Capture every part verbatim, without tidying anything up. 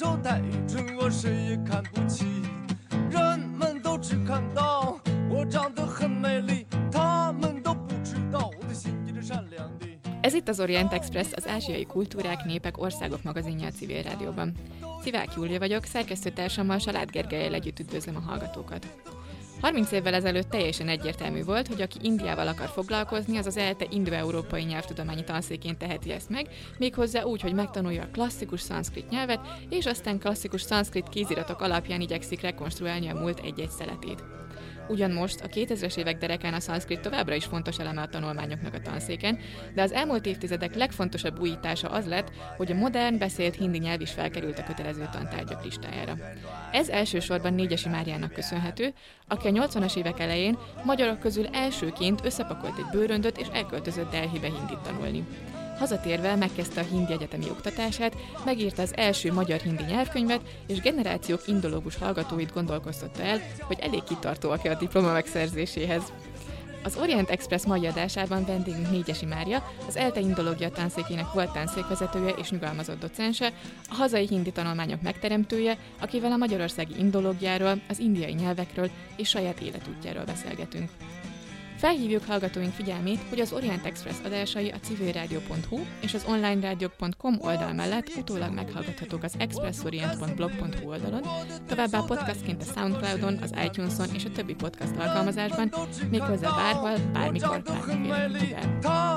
手太准，我谁也看不起。人们都只看到我长得很美丽，他们都不知道我的心也是善良的。 Ez itt az Orient Express, az ázsiai kultúrák, népek, országok magazinja a Civil Rádióban. Szivák Júlia vagyok, szerkesztőtársammal, Salád Gergellyel együtt üdvözlöm a hallgatókat. harminc évvel ezelőtt teljesen egyértelmű volt, hogy aki Indiával akar foglalkozni, az az é e té indo-európai nyelvtudományi tanszékén teheti ezt meg, méghozzá úgy, hogy megtanulja a klasszikus szanszkrit nyelvet, és aztán klasszikus szanszkrit kéziratok alapján igyekszik rekonstruálni a múlt egy-egy szeletét. Ugyan most, a kétezres évek derekán a szanszkrit továbbra is fontos eleme a tanulmányoknak a tanszéken, de az elmúlt évtizedek legfontosabb újítása az lett, hogy a modern, beszélt hindi nyelv is felkerült a kötelező tantárgyak listájára. Ez elsősorban Négyesi Máriának köszönhető, aki a nyolcvanas évek elején magyarok közül elsőként összepakolt egy bőröndöt és elköltözött Delhibe hindit tanulni. Hazatérve megkezdte a hindi egyetemi oktatását, megírta az első magyar hindi nyelvkönyvet, és generációk indológus hallgatóit gondolkoztatta el, hogy elég kitartóak-e a diploma megszerzéséhez. Az Orient Express mai adásában vendégünk Négyesi Mária, az é e té indológia tanszékének volt tanszékvezetője és nyugalmazott docense, a hazai hindi tanulmányok megteremtője, akivel a magyarországi indológiáról, az indiai nyelvekről és saját életútjáról beszélgetünk. Felhívjuk hallgatóink figyelmét, hogy az Orient Express adásai a civilradio pont hu és az onlineradio pont com oldal mellett utólag meghallgathatók az expressorient pont blog pont hu oldalon, továbbá podcastként a Soundcloudon, az iTunes-on és a többi podcast alkalmazásban, méghozzá bárhol, bármikor, bármiféle.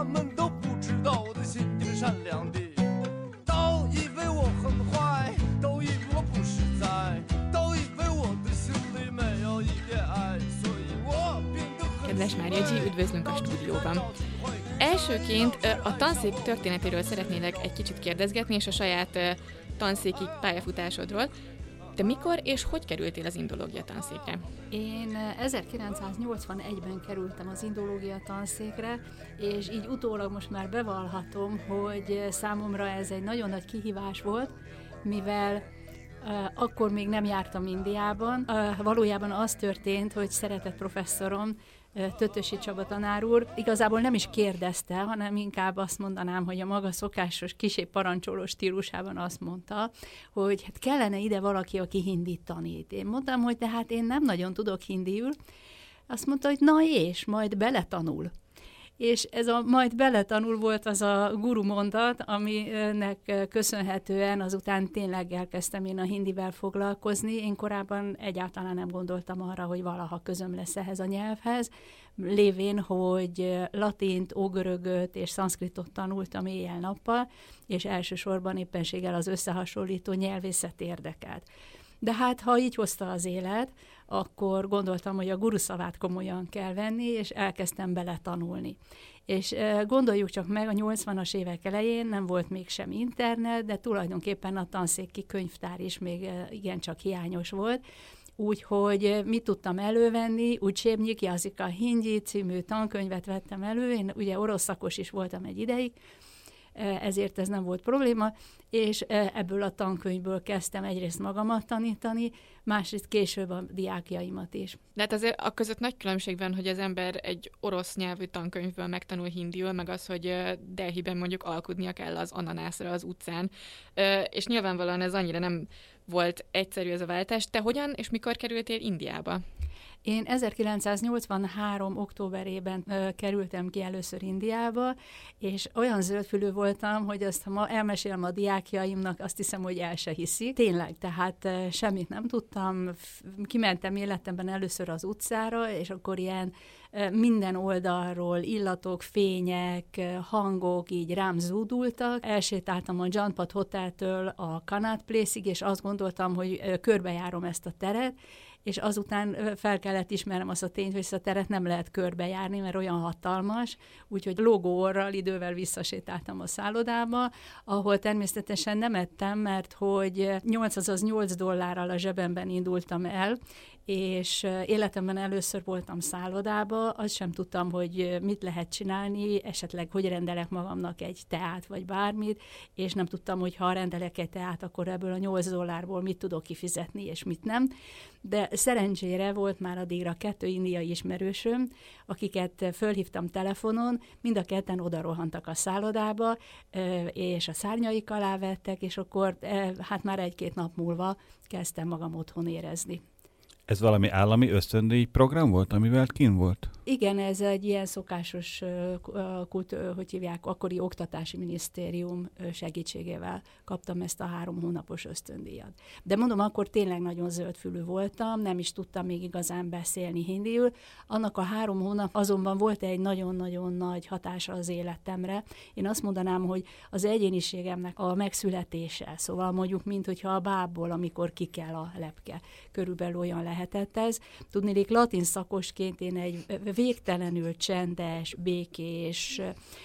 Kedves Mária G, üdvözlünk a stúdióban. Elsőként a tanszék történetéről szeretnélek egy kicsit kérdezgetni, és a saját tanszéki pályafutásodról. Te mikor és hogy kerültél az indológia tanszékre? Én ezerkilencszáznyolcvanegyben kerültem az indológia tanszékre, és így utólag most már bevallhatom, hogy számomra ez egy nagyon nagy kihívás volt, mivel Uh, akkor még nem jártam Indiában. Uh, valójában az történt, hogy szeretett professzorom, uh, Tötösi Csaba tanár úr, igazából nem is kérdezte, hanem inkább azt mondanám, hogy a maga szokásos, kissé parancsoló stílusában azt mondta, hogy hát kellene ide valaki, aki hindit tanít. Én mondtam, hogy de hát én nem nagyon tudok hindiül. Azt mondta, hogy na és, majd beletanul. És ez a majd beletanul volt az a guru mondat, aminek köszönhetően azután tényleg elkezdtem én a hindivel foglalkozni. Én korábban egyáltalán nem gondoltam arra, hogy valaha közöm lesz ehhez a nyelvhez, lévén, hogy latint, ógörögöt és szanszkritot tanultam éjjel-nappal, és elsősorban éppenséggel az összehasonlító nyelvészet érdekelt. De hát, ha így hozta az élet, akkor gondoltam, hogy a guru szavát komolyan kell venni, és elkezdtem bele tanulni. És gondoljuk csak meg, a nyolcvanas évek elején nem volt még sem internet, de tulajdonképpen a tanszéki könyvtár is még igencsak hiányos volt, úgyhogy mit tudtam elővenni, Učebnik Jazika Hindi című tankönyvet vettem elő, én ugye orosz szakos is voltam egy ideig, ezért ez nem volt probléma, és ebből a tankönyvből kezdtem egyrészt magamat tanítani, másrészt később a diákjaimat is. De hát azért a között nagy különbség van, hogy az ember egy orosz nyelvű tankönyvből megtanul hindiül, meg az, hogy Delhiben mondjuk alkudnia kell az ananászra az utcán, és nyilvánvalóan ez annyira nem volt egyszerű ez a váltás. Te hogyan és mikor kerültél Indiába? Én ezerkilencszáznyolcvanhárom októberében ö, kerültem ki először Indiába, és olyan zöldfülű voltam, hogy azt, ha ma elmesélem a diákjaimnak, azt hiszem, hogy el se hiszik. Tényleg, tehát ö, semmit nem tudtam, f- kimentem életemben először az utcára, és akkor ilyen ö, minden oldalról illatok, fények, ö, hangok így rám zúdultak. Elsétáltam a Janpat Hoteltől a Connaught Place-ig, és azt gondoltam, hogy ö, körbejárom ezt a teret, és azután fel kellett ismernem azt a tényt, hogy ezt a teret nem lehet körbejárni, mert olyan hatalmas, úgyhogy lógó orral idővel visszasétáltam a szállodába, ahol természetesen nem ettem, mert hogy nyolc, azaz nyolc dollárral a zsebemben indultam el, és életemben először voltam szállodába, azt sem tudtam, hogy mit lehet csinálni, esetleg hogy rendelek magamnak egy teát, vagy bármit, és nem tudtam, hogy ha rendelek egy teát, akkor ebből a nyolc dollárból mit tudok kifizetni, és mit nem. De Szerencsére volt már addigra kettő indiai ismerősöm, akiket fölhívtam telefonon, mind a ketten oda rohantak a szállodába, és a szárnyaik alá vettek, és akkor hát már egy-két nap múlva kezdtem magam otthon érezni. Ez valami állami ösztöndíj program volt, amivel kint volt? Igen, ez egy ilyen szokásos, kult, hogy hívják, akkori oktatási minisztérium segítségével kaptam ezt a három hónapos ösztöndíjat. De mondom, akkor tényleg nagyon zöldfülű voltam, nem is tudtam még igazán beszélni hindiül. Annak a három hónap azonban volt egy nagyon-nagyon nagy hatása az életemre. Én azt mondanám, hogy az egyéniségemnek a megszületése, szóval mondjuk, mint hogyha a bábból, amikor ki kell a lepke. Körülbelül olyan lehetett ez. Tudniillik, latin szakosként én egy végtelenül csendes, békés,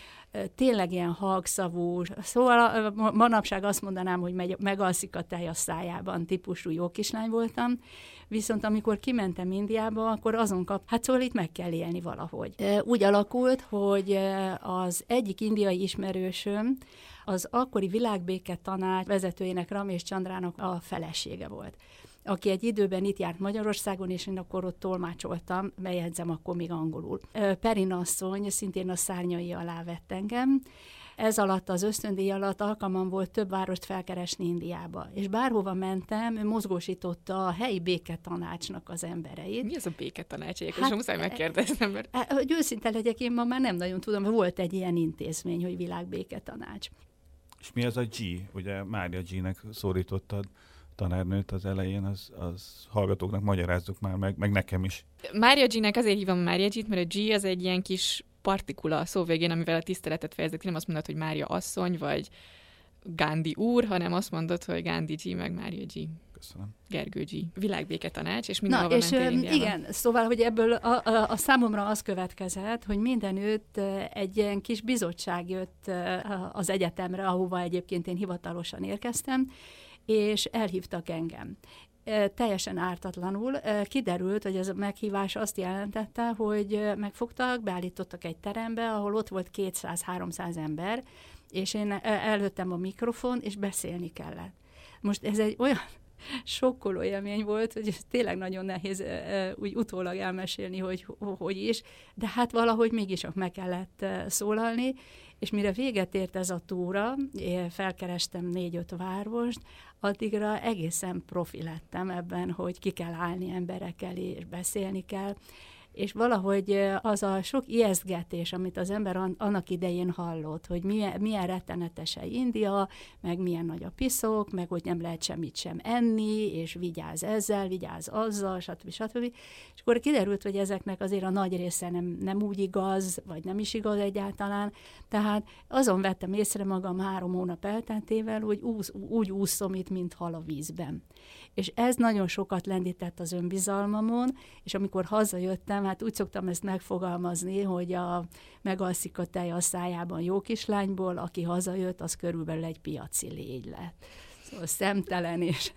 tényleg ilyen halkszavú, szóval manapság azt mondanám, hogy megy, megalszik a tej a szájában típusú jó kislány voltam, viszont amikor kimentem Indiába, akkor azon kap, hát szóval itt meg kell élni valahogy. Úgy alakult, hogy az egyik indiai ismerősöm az akkori világbéke tanács vezetőjének, Ramesh Chandrának a felesége volt, aki egy időben itt járt Magyarországon, és én akkor ott tolmácsoltam, bejegyzem akkor még angolul. Perin asszony szintén a szárnyai alá vett engem. Ez alatt, az ösztöndíj alatt alkalmam volt több várost felkeresni Indiába. És bárhova mentem, ő mozgósította a helyi béketanácsnak az embereit. Mi az a béketanács? Egyébként Hát, és muszáj megkérdeznem, mert... Hogy őszinte legyek, én ma már nem nagyon tudom, volt egy ilyen intézmény, hogy világbéketanács. És mi az a G? Ugye Mária G-nek szólítottad tanárnőt az elején, az, az hallgatóknak magyarázzuk már meg, meg nekem is. Mária G-nek azért hívom Mária G-t, mert a G az egy ilyen kis partikula a szó végén, amivel a tiszteletet fejezek. Nem azt mondod, hogy Mária asszony, vagy Gandhi úr, hanem azt mondod, hogy Gandhi G, meg Mária G. Köszönöm. Gergő G. Világbéke tanács, és Na, mindenhova és mentél Indiába. Igen, szóval, hogy ebből a, a, a számomra az következett, hogy mindenütt egy ilyen kis bizottság jött az egyetemre, ahova egyébként én hivatalosan érkeztem, és elhívtak engem. Teljesen ártatlanul kiderült, hogy ez a meghívás azt jelentette, hogy megfogtak, beállítottak egy terembe, ahol ott volt kétszáz-háromszáz ember, és én előttem a mikrofon, és beszélni kellett. Most ez egy olyan sokkoló élmény volt, hogy ez tényleg nagyon nehéz úgy utólag elmesélni, hogy hogy is, de hát valahogy mégis meg kellett szólalni, és mire véget ért ez a túra, felkerestem négy-öt várost, addigra egészen profi lettem ebben, hogy ki kell állni emberek elé, és beszélni kell, és valahogy az a sok ijesztgetés, amit az ember annak idején hallott, hogy milyen, milyen rettenetesen India, meg milyen nagy a piszok, meg hogy nem lehet semmit sem enni, és vigyázz ezzel, vigyázz azzal, stb. stb. És akkor kiderült, hogy ezeknek azért a nagy része nem, nem úgy igaz, vagy nem is igaz egyáltalán. Tehát azon vettem észre magam három hónap elteltével, hogy úsz, úgy úszom itt, mint hal a vízben. És ez nagyon sokat lendített az önbizalmamon, és amikor hazajöttem, hát úgy szoktam ezt megfogalmazni, hogy a, megalszik a tej a szájában jó kislányból, aki hazajött, az körülbelül egy piaci légy lett. Szóval szemtelen, és,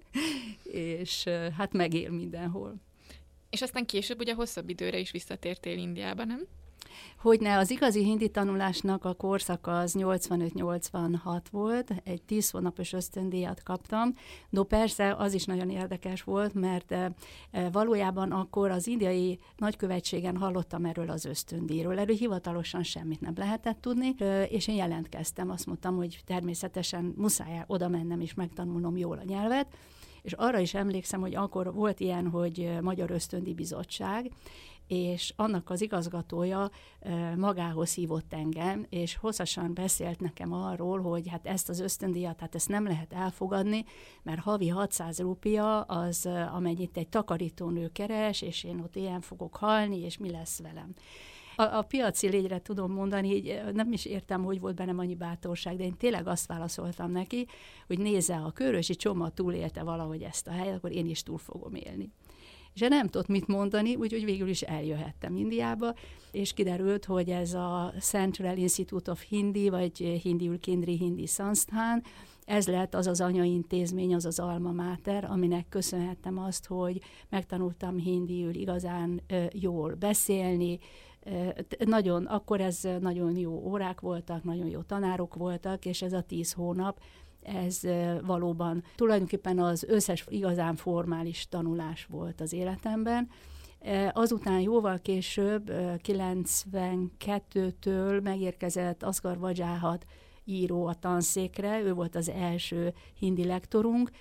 és hát megél mindenhol. És aztán később ugye hosszabb időre is visszatértél Indiába, nem? Hogyne, az igazi hindi tanulásnak a korszaka az nyolcvanöt-nyolcvanhat volt, egy tíz hónapos ösztöndíjat kaptam, de persze az is nagyon érdekes volt, mert valójában akkor az indiai nagykövetségen hallottam erről az ösztöndíjról, erről hivatalosan semmit nem lehetett tudni, és én jelentkeztem, azt mondtam, hogy természetesen muszáj oda mennem és megtanulnom jól a nyelvet, és arra is emlékszem, hogy akkor volt ilyen, hogy Magyar Ösztöndíj Bizottság, és annak az igazgatója magához hívott engem, és hosszasan beszélt nekem arról, hogy hát ezt az ösztöndíjat, hát ezt nem lehet elfogadni, mert havi hatszáz rupia az, amennyit egy takarítónő keres, és én ott ilyen fogok halni, és mi lesz velem. A, a piaci légyre tudom mondani, így nem is értem, hogy volt bennem annyi bátorság, de én tényleg azt válaszoltam neki, hogy nézze, a Körösi Csoma túlélte valahogy ezt a helyet, akkor én is túl fogom élni. És nem tudott mit mondani, úgyhogy végül is eljöhettem Indiába, és kiderült, hogy ez a Central Institute of Hindi, vagy hindiül Kendriya Hindi Sansthan, ez lett az az anyaintézmény, az az alma mater, aminek köszönhettem azt, hogy megtanultam hindiül igazán jól beszélni, nagyon, akkor ez nagyon jó órák voltak, nagyon jó tanárok voltak, és ez a tíz hónap, ez valóban tulajdonképpen az összes igazán formális tanulás volt az életemben. Azután jóval később, kilencvenkettőtől megérkezett Asghar Vadzsáhat író a tanszékre, ő volt az első hindi lektorunk,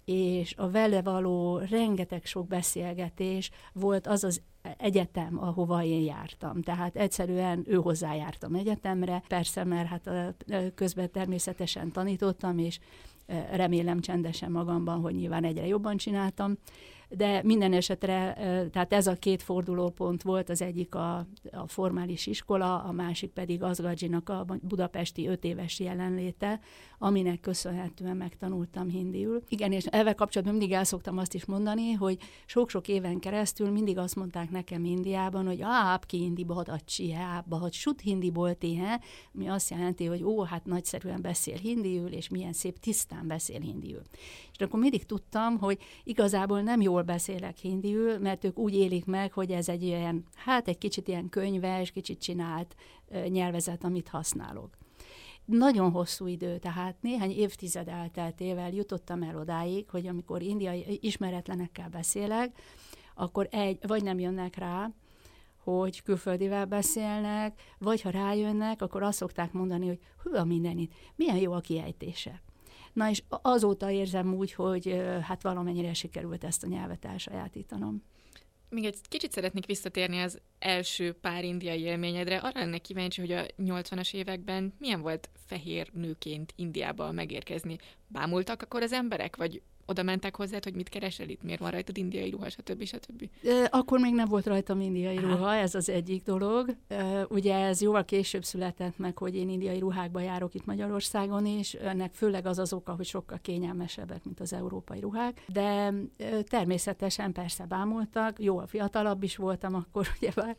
és a vele való rengeteg sok beszélgetés volt az az egyetem, ahova én jártam. Tehát egyszerűen ő hozzájártam egyetemre, persze, mert hát közben természetesen tanítottam, és remélem csendesen magamban, hogy nyilván egyre jobban csináltam, de minden esetre, tehát ez a két fordulópont volt, az egyik a, a formális iskola, a másik pedig Asgharjinak a budapesti öt éves jelenléte, aminek köszönhetően megtanultam hindiül. Igen, és ezzel kapcsolatban mindig el szoktam azt is mondani, hogy sok-sok éven keresztül mindig azt mondták nekem Indiában, hogy ápki hindi bahad acsi hai, bahad sud hindi bolti hai, ami azt jelenti, hogy ó, hát nagyszerűen beszél hindiül, és milyen szép tisztán beszél hindiül. És akkor mindig tudtam, hogy igazából nem jól beszélek hindiül, mert ők úgy élik meg, hogy ez egy ilyen, hát egy kicsit ilyen könyves, kicsit csinált nyelvezet, amit használok. Nagyon hosszú idő, tehát néhány évtized elteltével jutottam el odáig, hogy amikor indiai ismeretlenekkel beszélek, akkor egy, vagy nem jönnek rá, hogy külföldivel beszélnek, vagy ha rájönnek, akkor azt szokták mondani, hogy hű a mindenit, milyen jó a kiejtése. Na és azóta érzem úgy, hogy hát valamennyire sikerült ezt a nyelvet elsajátítanom. Még egy kicsit szeretnék visszatérni az első pár indiai élményedre. Arra lennék kíváncsi, hogy a nyolcvanas években milyen volt fehér nőként Indiába megérkezni? Bámultak akkor az emberek, vagy oda mentek hozzád, hogy mit keresel itt, miért van rajtad indiai ruha, stb. stb. Akkor még nem volt rajtam indiai ruha, ez az egyik dolog. Ugye ez jóval később született meg, hogy én indiai ruhákba járok itt Magyarországon is, ennek főleg az az oka, hogy sokkal kényelmesebbek, mint az európai ruhák, de természetesen persze bámultak, jóval fiatalabb is voltam akkor, ugyebár,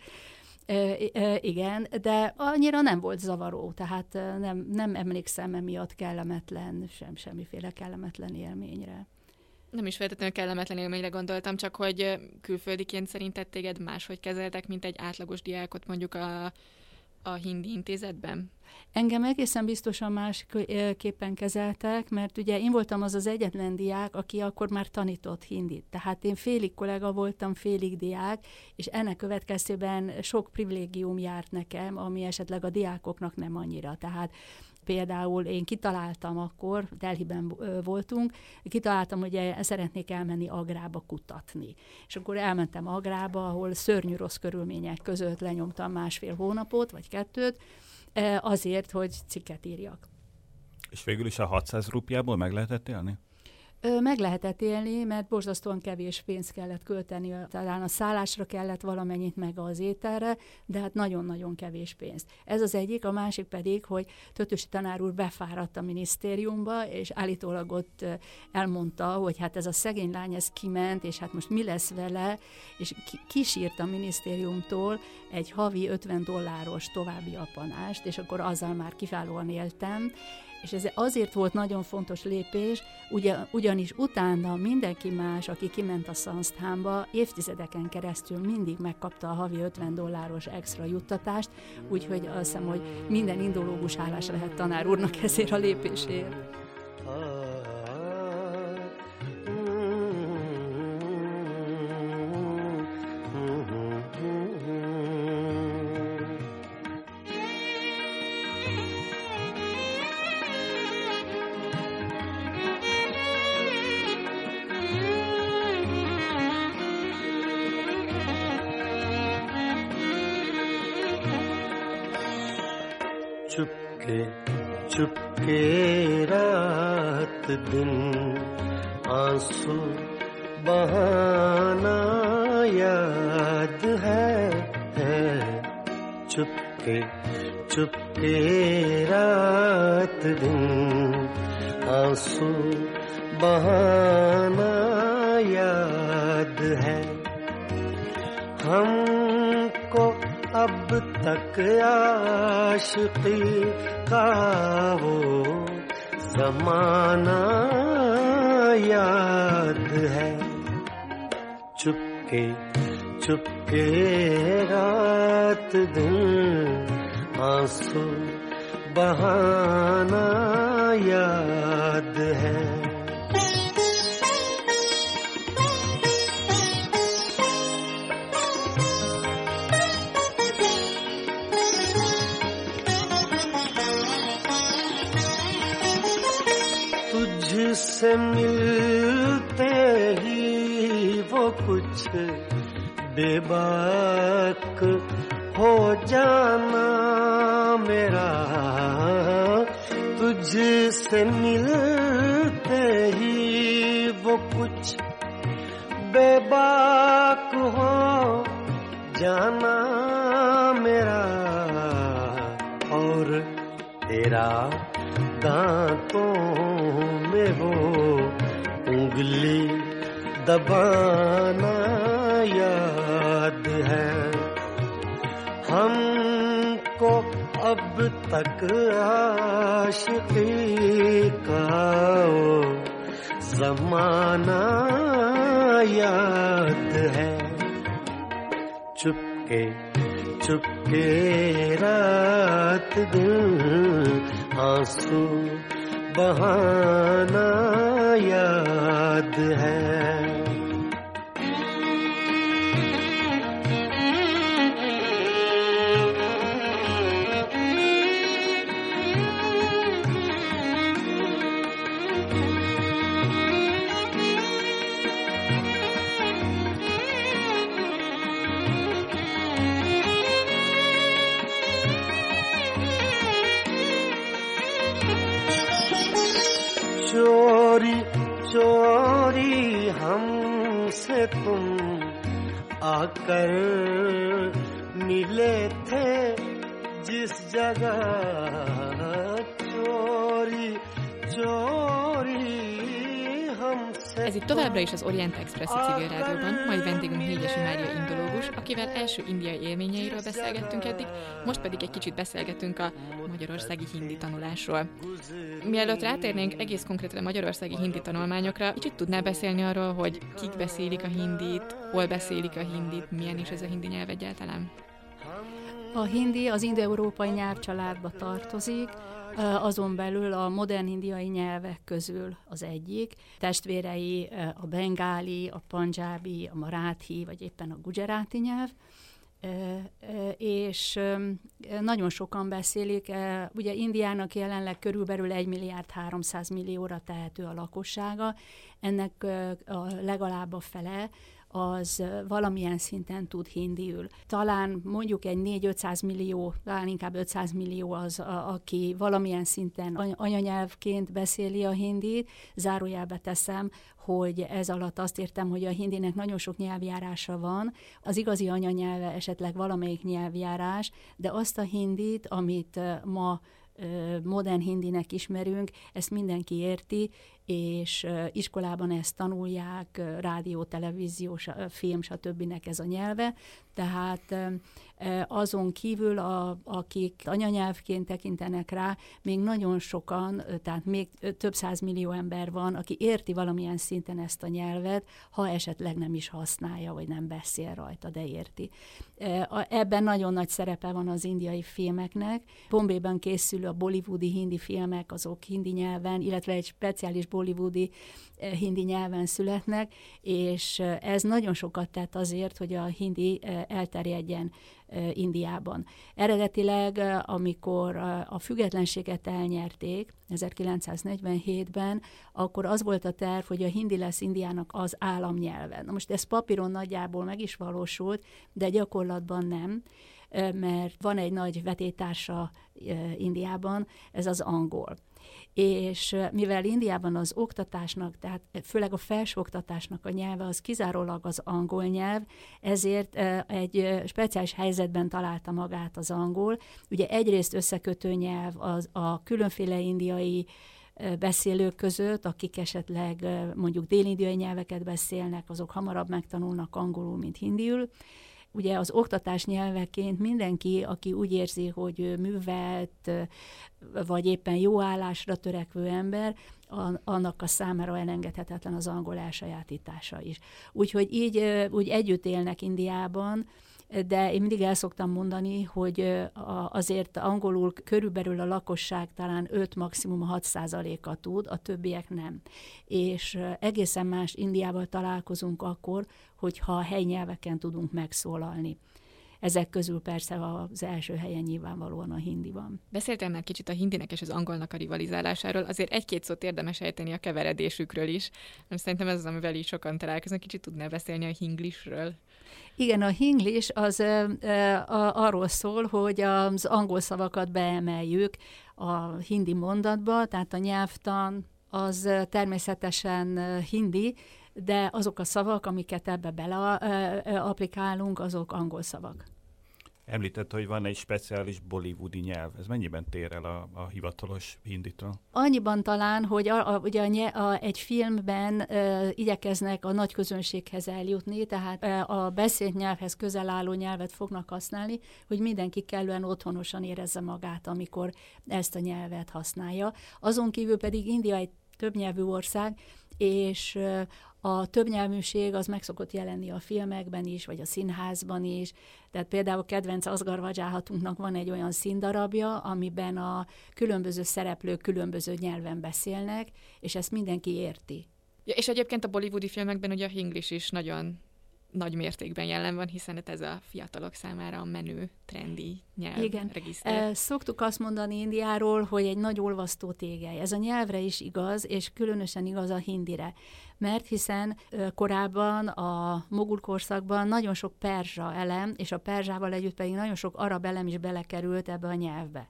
E, e, igen, de annyira nem volt zavaró, tehát nem, nem emlékszem emiatt kellemetlen, sem semmiféle kellemetlen élményre. Nem is feltétlenül kellemetlen élményre gondoltam, csak hogy külföldiként szerinted téged máshogy kezeltek, mint egy átlagos diákot mondjuk a, a hindi intézetben? Engem egészen biztosan másképpen kezeltek, mert ugye én voltam az az egyetlen diák, aki akkor már tanított hindit. Tehát én félig kollega voltam, félig diák, és ennek következtében sok privilégium járt nekem, ami esetleg a diákoknak nem annyira. Tehát például én kitaláltam akkor, Delhiben voltunk, kitaláltam, hogy szeretnék elmenni Agrába kutatni. És akkor elmentem Agrába, ahol szörnyű rossz körülmények között lenyomtam másfél hónapot, vagy kettőt, azért, hogy cikket írjak. És végül is a hatszáz rúpiából meg lehetett élni? Meg lehetett élni, mert borzasztóan kevés pénzt kellett költeni, talán a szállásra kellett valamennyit, meg az ételre, de hát nagyon-nagyon kevés pénzt. Ez az egyik, a másik pedig, hogy Tötösi tanár úr befáradt a minisztériumba, és állítólag ott elmondta, hogy hát ez a szegény lány, ez kiment, és hát most mi lesz vele, és kisírt a minisztériumtól egy havi ötven dolláros további apanást, és akkor azzal már kiválóan éltem, és ez azért volt nagyon fontos lépés, ugyan, ugyanis utána mindenki más, aki kiment a Sansztánba, évtizedeken keresztül mindig megkapta a havi ötven dolláros extra juttatást, úgyhogy azt hiszem, hogy minden indológus hálás lehet tanár úrnak ezért a lépésért. चुपके चुपके रात दिन आंसू बहाना याद है, है चुपके चुपके रात दिन आंसू बहाना याद है हमको अब तक आशिकी का वो ज़माना याद है चुपके चुपके रात दिन आंसू बहाना याद है। तुझसे मिलते ही वो कुछ बेबाक हो जाना मेरा, तुझसे मिलते ही वो कुछ बेबाक हो जाना मेरा, और तेरा दांतों में वो उंगली दबाना याद है। हमको अब तक आशिकी का वो ज़माना याद है। चुपके चुपके रात दिन आंसू बहाना याद है। चोरी चोरी हमसे तुम आकर मिले थे जिस जगह, चोरी चोरी हमसे। Ez itt továbbra is az Orient Express a civil rádióban, majd vendégünk Négyesi Mária indológus, akivel első indiai élményeiről beszélgettünk eddig, most pedig egy kicsit beszélgetünk a magyarországi hindi tanulásról. Mielőtt rátérnénk egész konkrétan a magyarországi hindi tanulmányokra, kicsit tudnál beszélni arról, hogy kik beszélik a hindit, hol beszélik a hindit, milyen is ez a hindi nyelv egyáltalán? A hindi az indoeurópai nyelvcsaládba tartozik, azon belül a modern indiai nyelvek közül az egyik. Testvérei a bengáli, a pandzsábi, a maráthi, vagy éppen a gujaráti nyelv, és nagyon sokan beszélik. Ugye Indiának jelenleg körülbelül egy milliárd háromszáz millióra tehető a lakossága, ennek a legalább a fele az valamilyen szinten tud hindiül. Talán mondjuk egy négy-ötszáz millió, talán inkább ötszáz millió az, a, aki valamilyen szinten anyanyelvként beszéli a hindit. Zárójelbe teszem, hogy ez alatt azt értem, hogy a hindinek nagyon sok nyelvjárása van. Az igazi anyanyelve esetleg valamelyik nyelvjárás, de azt a hindit, amit ma modern hindinek ismerünk, ezt mindenki érti, és iskolában ezt tanulják, rádió, televízió, film, stb. Ez a nyelve. Tehát azon kívül, a, akik anyanyelvként tekintenek rá, még nagyon sokan, tehát még több százmillió ember van, aki érti valamilyen szinten ezt a nyelvet, ha esetleg nem is használja, vagy nem beszél rajta, de érti. Ebben nagyon nagy szerepe van az indiai filmeknek. Bombayban készül a bollywoodi hindi filmek, azok hindi nyelven, illetve egy speciális bollywoodi hindi nyelven születnek, és ez nagyon sokat tett azért, hogy a hindi elterjedjen Indiában. Eredetileg, amikor a függetlenséget elnyerték ezerkilencszáznegyvenhétben, akkor az volt a terv, hogy a hindi lesz Indiának az államnyelve. Na most ez papíron nagyjából meg is valósult, de gyakorlatban nem, mert van egy nagy vetélytársa Indiában, ez az angol. És mivel Indiában az oktatásnak, tehát főleg a felsőoktatásnak a nyelve az kizárólag az angol nyelv, ezért egy speciális helyzetben találta magát az angol. Ugye egyrészt összekötő nyelv az a különféle indiai beszélők között, akik esetleg mondjuk dél-indiai nyelveket beszélnek, azok hamarabb megtanulnak angolul, mint hindiül. Ugye az oktatás nyelveként mindenki, aki úgy érzi, hogy művelt, vagy éppen jó állásra törekvő ember, annak a számára elengedhetetlen az angol elsajátítása is. Úgyhogy így úgy együtt élnek Indiában de én mindig el szoktam mondani, hogy azért angolul körülbelül a lakosság talán öt, maximum hat százaléka tud, a többiek nem. És egészen más Indiával találkozunk akkor, hogyha a helynyelveken tudunk megszólalni. Ezek közül persze az első helyen nyilvánvalóan a hindi van. Beszéltél már kicsit a hindinek és az angolnak a rivalizálásáról, azért egy-két szót érdemes ejteni a keveredésükről is. Szerintem ez az, amivel így sokan találkoznak. Kicsit tudnál beszélni a hinglisről? Igen, a hinglish az ö, ö, a, arról szól, hogy az angol szavakat beemeljük a hindi mondatba, tehát a nyelvtan az természetesen hindi, de azok a szavak, amiket ebbe beleapplikálunk, azok angol szavak. Említett, hogy van egy speciális bollywoodi nyelv. Ez mennyiben tér el a, a hivatalos hinditől? Annyiban talán, hogy a, a, ugye a, a, egy filmben e, igyekeznek a nagy közönséghez eljutni, tehát e, a beszélt nyelvhez közel álló nyelvet fognak használni, hogy mindenki kellően otthonosan érezze magát, amikor ezt a nyelvet használja. Azon kívül pedig India egy többnyelvű ország, és a többnyelvűség az meg szokott jelenni a filmekben is, vagy a színházban is. Tehát például kedvenc Asghar Vajahatunknak van egy olyan színdarabja, amiben a különböző szereplők különböző nyelven beszélnek, és ezt mindenki érti. Ja, és egyébként a bollywoodi filmekben ugye a hinglish is nagyon nagy mértékben jelen van, hiszen ez a fiatalok számára a menő, trendi nyelv. Igen. Regiszter. Szoktuk azt mondani Indiáról, hogy egy nagy olvasztó tégely. Ez a nyelvre is igaz, és különösen igaz a hindire. Mert hiszen korábban a mogul korszakban nagyon sok perzsa elem, és a perzsával együtt pedig nagyon sok arab elem is belekerült ebbe a nyelvbe.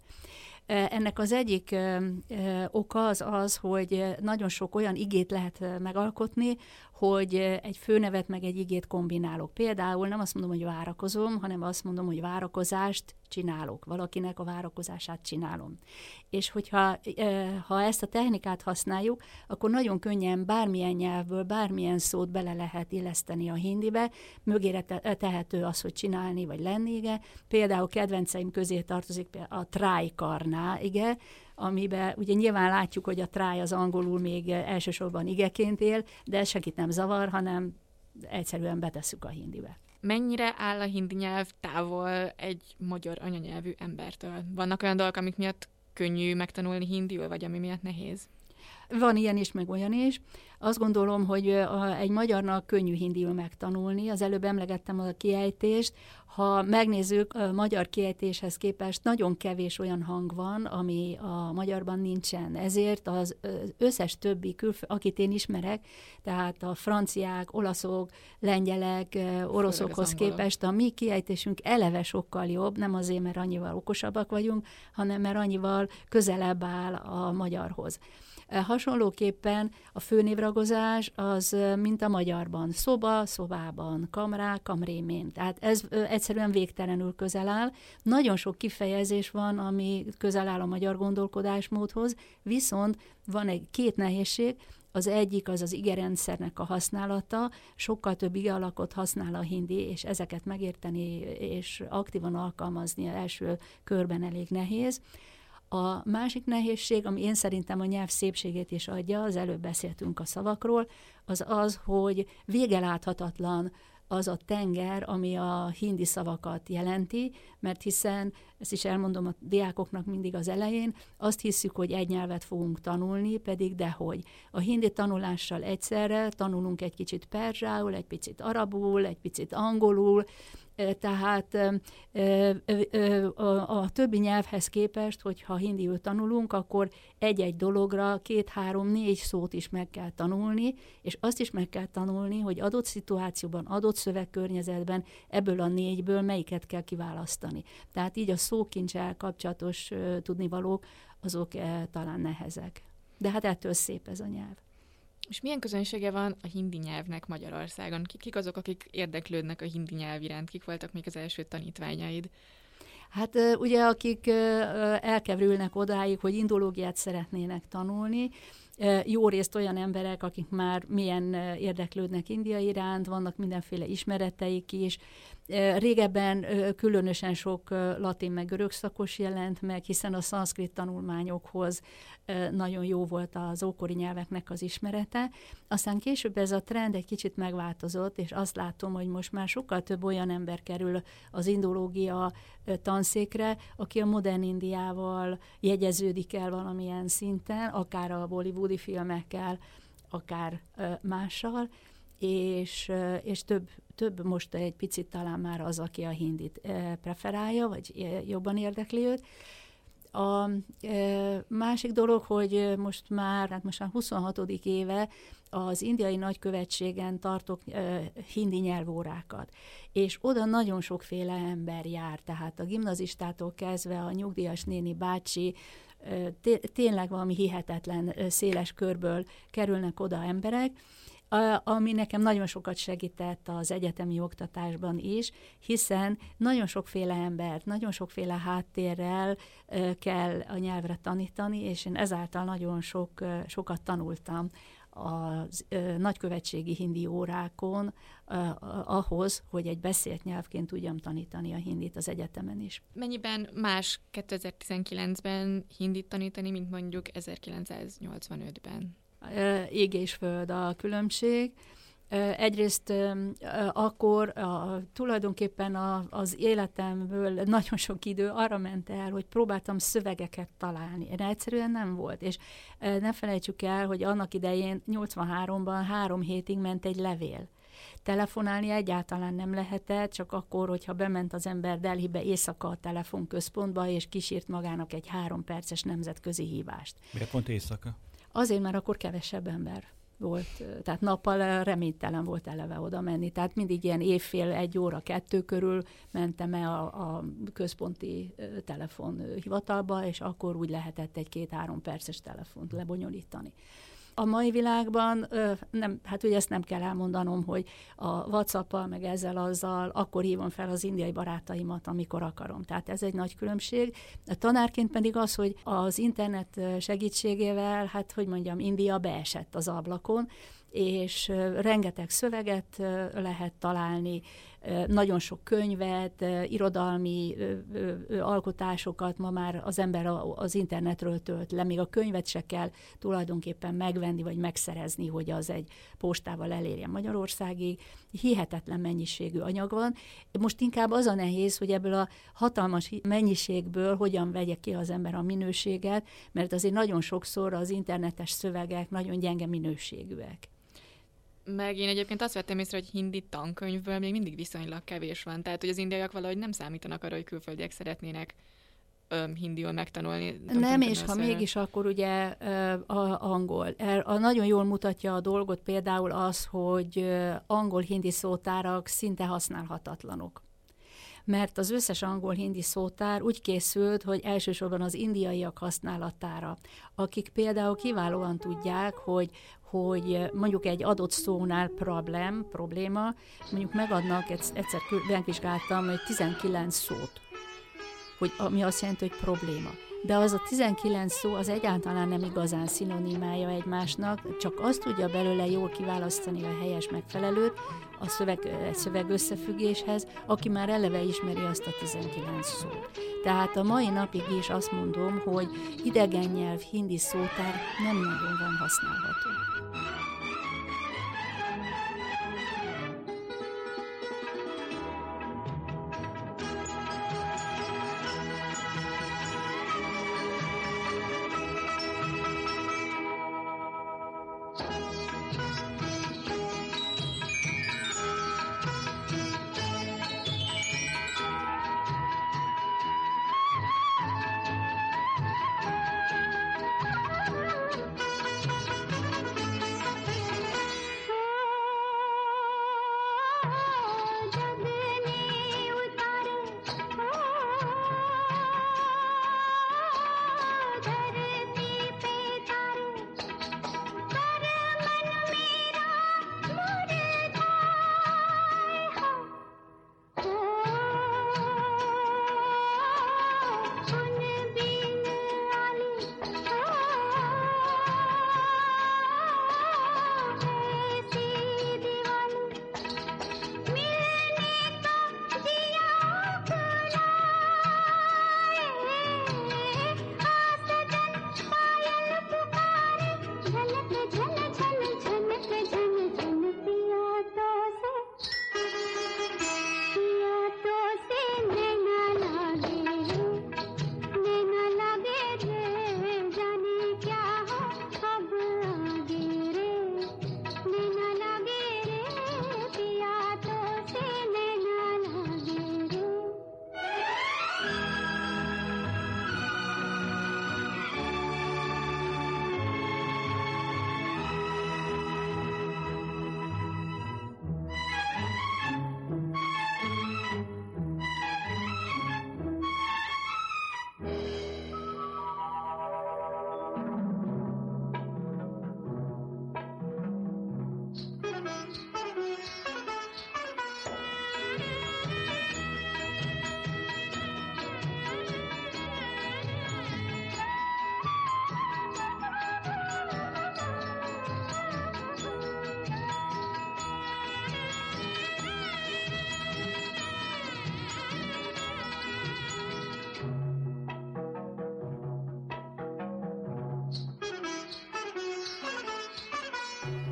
Ennek az egyik ö, ö, oka az az, hogy nagyon sok olyan igét lehet megalkotni, hogy egy főnevet meg egy igét kombinálok. Például nem azt mondom, hogy várakozom, hanem azt mondom, hogy várakozást csinálok. Valakinek a várakozását csinálom. És hogyha ha ezt a technikát használjuk, akkor nagyon könnyen bármilyen nyelvből, bármilyen szót bele lehet illeszteni a hindibe, mögére tehető az, hogy csinálni, vagy lenni, igen. Például kedvenceim közé tartozik a try karná, igen, amiben ugye nyilván látjuk, hogy a try az angolul még elsősorban igeként él, de ez senkit nem zavar, hanem egyszerűen betesszük a hindibe. Mennyire áll a hindi nyelv távol egy magyar anyanyelvű embertől? Vannak olyan dolgok, amik miatt könnyű megtanulni hindiül, vagy ami miatt nehéz? Van ilyen is, meg olyan is. Azt gondolom, hogy a, egy magyarnak könnyű hindiül megtanulni. Az előbb emlegettem a kiejtést. Ha megnézzük, a magyar kiejtéshez képest nagyon kevés olyan hang van, ami a magyarban nincsen. Ezért az összes többi külföld, akit én ismerek, tehát a franciák, olaszok, lengyelek, oroszokhoz képest a mi kiejtésünk eleve sokkal jobb, nem azért, mert annyival okosabbak vagyunk, hanem mert annyival közelebb áll a magyarhoz. Hasonlóképpen a főnévragozás az, mint a magyarban, szoba, szobában, kamrá, kamrémén. Tehát ez egyszerűen végtelenül közel áll. Nagyon sok kifejezés van, ami közel áll a magyar gondolkodásmódhoz, viszont van egy két nehézség. Az egyik az az igerendszernek a használata, sokkal több igealakot használ a hindi, és ezeket megérteni és aktívan alkalmazni az első körben elég nehéz. A másik nehézség, ami én szerintem a nyelv szépségét is adja, az előbb beszéltünk a szavakról, az az, hogy végeláthatatlan az a tenger, ami a hindi szavakat jelenti, mert hiszen, ezt is elmondom a diákoknak mindig az elején, azt hiszük, hogy egy nyelvet fogunk tanulni, pedig dehogy. A hindi tanulással egyszerre tanulunk egy kicsit perzsául, egy picit arabul, egy picit angolul, tehát a többi nyelvhez képest, hogyha hindiül tanulunk, akkor egy-egy dologra két-három, négy szót is meg kell tanulni, és azt is meg kell tanulni, hogy adott szituációban, adott szövegkörnyezetben ebből a négyből melyiket kell kiválasztani. Tehát így a szókincsel kapcsolatos tudnivalók, azok talán nehezek. De hát ettől szép ez a nyelv. És milyen közönsége van a hindi nyelvnek Magyarországon? Kik azok, akik érdeklődnek a hindi nyelv iránt? Kik voltak még az első tanítványaid? Hát ugye, akik elkevrülnek odáig, hogy indológiát szeretnének tanulni, jó részt olyan emberek, akik már milyen érdeklődnek India iránt, vannak mindenféle ismereteik is, Régebben különösen sok latin meg görög szakos jelent meg, hiszen a szanszkrit tanulmányokhoz nagyon jó volt az ókori nyelveknek az ismerete. Aztán később ez a trend egy kicsit megváltozott, és azt látom, hogy most már sokkal több olyan ember kerül az indológia tanszékre, aki a modern Indiával jegyeződik el valamilyen szinten, akár a bollywoodi filmekkel, akár mással, és, és több, több most egy picit talán már az, aki a hindit preferálja, vagy jobban érdekli őt. A másik dolog, hogy most már, hát most már huszonhatodik éve az indiai nagykövetségen tartok hindi nyelvórákat, és oda nagyon sokféle ember jár, tehát a gimnazistától kezdve a nyugdíjas néni bácsi, tényleg valami hihetetlen széles körből kerülnek oda emberek, ami nekem nagyon sokat segített az egyetemi oktatásban is, hiszen nagyon sokféle embert, nagyon sokféle háttérrel kell a nyelvre tanítani, és én ezáltal nagyon sok, sokat tanultam a nagykövetségi hindi órákon ahhoz, hogy egy beszélt nyelvként tudjam tanítani a hindit az egyetemen is. Mennyiben más kétezer-tizenkilencben hindit tanítani, mint mondjuk ezerkilencszáznyolcvanötben? Ég és föld a különbség. Egyrészt akkor a, tulajdonképpen a, az életemből nagyon sok idő arra ment el, hogy próbáltam szövegeket találni. De egyszerűen nem volt. És ne felejtsük el, hogy annak idején nyolcvanháromban három hétig ment egy levél. Telefonálni egyáltalán nem lehetett, csak akkor, hogyha bement az ember Delhibe éjszaka a telefonközpontba, és kísírt magának egy három perces nemzetközi hívást. Miért pont éjszaka? Azért, mert akkor kevesebb ember volt, tehát nappal reménytelen volt eleve oda menni. Tehát mindig ilyen évfél, egy óra, kettő körül mentem el a, a központi telefonhivatalba, és akkor úgy lehetett egy két-három perces telefont lebonyolítani. A mai világban, nem, hát ugye ezt nem kell elmondanom, hogy a WhatsApp-al, meg ezzel-azzal akkor hívom fel az indiai barátaimat, amikor akarom. Tehát ez egy nagy különbség. A tanárként pedig az, hogy az internet segítségével, hát hogy mondjam, India beesett az ablakon, és rengeteg szöveget lehet találni, nagyon sok könyvet, irodalmi alkotásokat ma már az ember az internetről tölt le, még a könyvet se kell tulajdonképpen megvenni vagy megszerezni, hogy az egy postával elérjen Magyarországig. Hihetetlen mennyiségű anyag van. Most inkább az a nehéz, hogy ebből a hatalmas mennyiségből hogyan vegye ki az ember a minőséget, mert azért nagyon sokszor az internetes szövegek nagyon gyenge minőségűek. Meg én egyébként azt vettem észre, hogy hindi tankönyvből még mindig viszonylag kevés van. Tehát, hogy az indiaiak valahogy nem számítanak arra, hogy külföldiek szeretnének öm, hindiul megtanulni. Nem, és ha mégis, akkor ugye uh, a, angol. A, nagyon jól mutatja a dolgot például az, hogy uh, angol-hindi szótárak szinte használhatatlanok. Mert az összes angol-hindi szótár úgy készült, hogy elsősorban az indiaiak használatára, akik például kiválóan tudják, hogy, hogy mondjuk egy adott szónál problem, probléma, mondjuk megadnak, egyszer megvizsgáltam, hogy tizenkilenc szót, hogy, ami azt jelenti, hogy probléma. De az a tizenkilenc szó az egyáltalán nem igazán szinonimája egymásnak, csak azt tudja belőle jól kiválasztani a helyes megfelelőt a szöveg, szöveg összefüggéshez, aki már eleve ismeri azt a tizenkilenc szót. Tehát a mai napig is azt mondom, hogy idegen nyelv, hindi szótár nem nagyon van használható.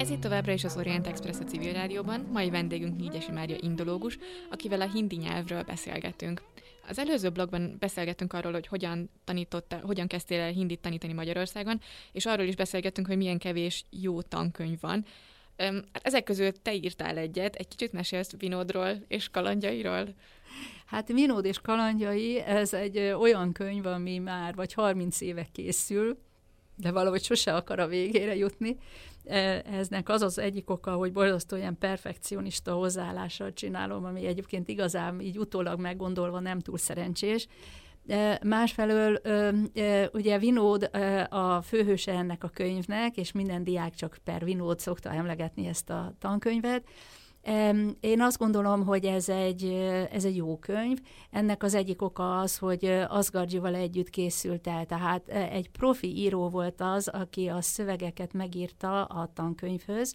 Ez itt továbbra is az Orient Express a civil rádióban, mai vendégünk Nyígyesi Mária indológus, akivel a hindi nyelvről beszélgetünk. Az előző blogban beszélgettünk arról, hogy hogyan tanította, hogyan kezdtél el hindit tanítani Magyarországon, és arról is beszélgettünk, hogy milyen kevés jó tankönyv van. Ezek közül te írtál egyet, egy kicsit mesélsz Vinodról és kalandjairól? Hát Vinod és kalandjai, ez egy olyan könyv, ami már vagy harminc éve készül, de valahogy sose akar a végére jutni. Eznek az az egyik oka, hogy borzasztó ilyen perfekcionista hozzáállással csinálom, ami egyébként igazán így utólag meggondolva nem túl szerencsés. Másfelől ugye Vinod a főhőse ennek a könyvnek, és minden diák csak per Vinod szokta emlegetni ezt a tankönyvet. Én azt gondolom, hogy ez egy, ez egy jó könyv. Ennek az egyik oka az, hogy Asgardjival együtt készült el. Tehát egy profi író volt az, aki a szövegeket megírta a tankönyvhöz.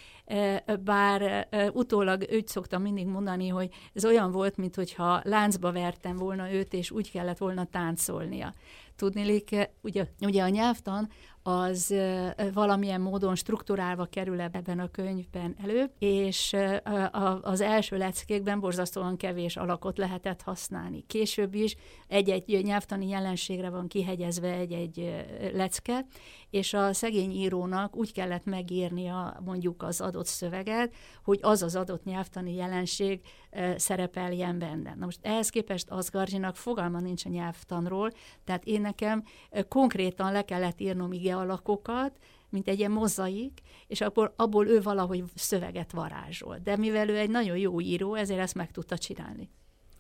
Bár utólag úgy szoktam mindig mondani, hogy ez olyan volt, mintha láncba vertem volna őt, és úgy kellett volna táncolnia. Tudniillik, ugye, ugye a nyelvtan az valamilyen módon strukturálva kerül ebben a könyvben elő, és az első leckékben borzasztóan kevés alakot lehetett használni. Később is egy-egy nyelvtani jelenségre van kihegyezve egy-egy lecke, és a szegény írónak úgy kellett megírnia mondjuk az adott szöveget, hogy az az adott nyelvtani jelenség szerepeljen benne. Na most ehhez képest Asgardjinak fogalma nincs a nyelvtanról, tehát én nekem konkrétan le kellett írnom ige alakokat, mint egy ilyen mozaik, és akkor abból ő valahogy szöveget varázsol. De mivel ő egy nagyon jó író, ezért ezt meg tudta csinálni.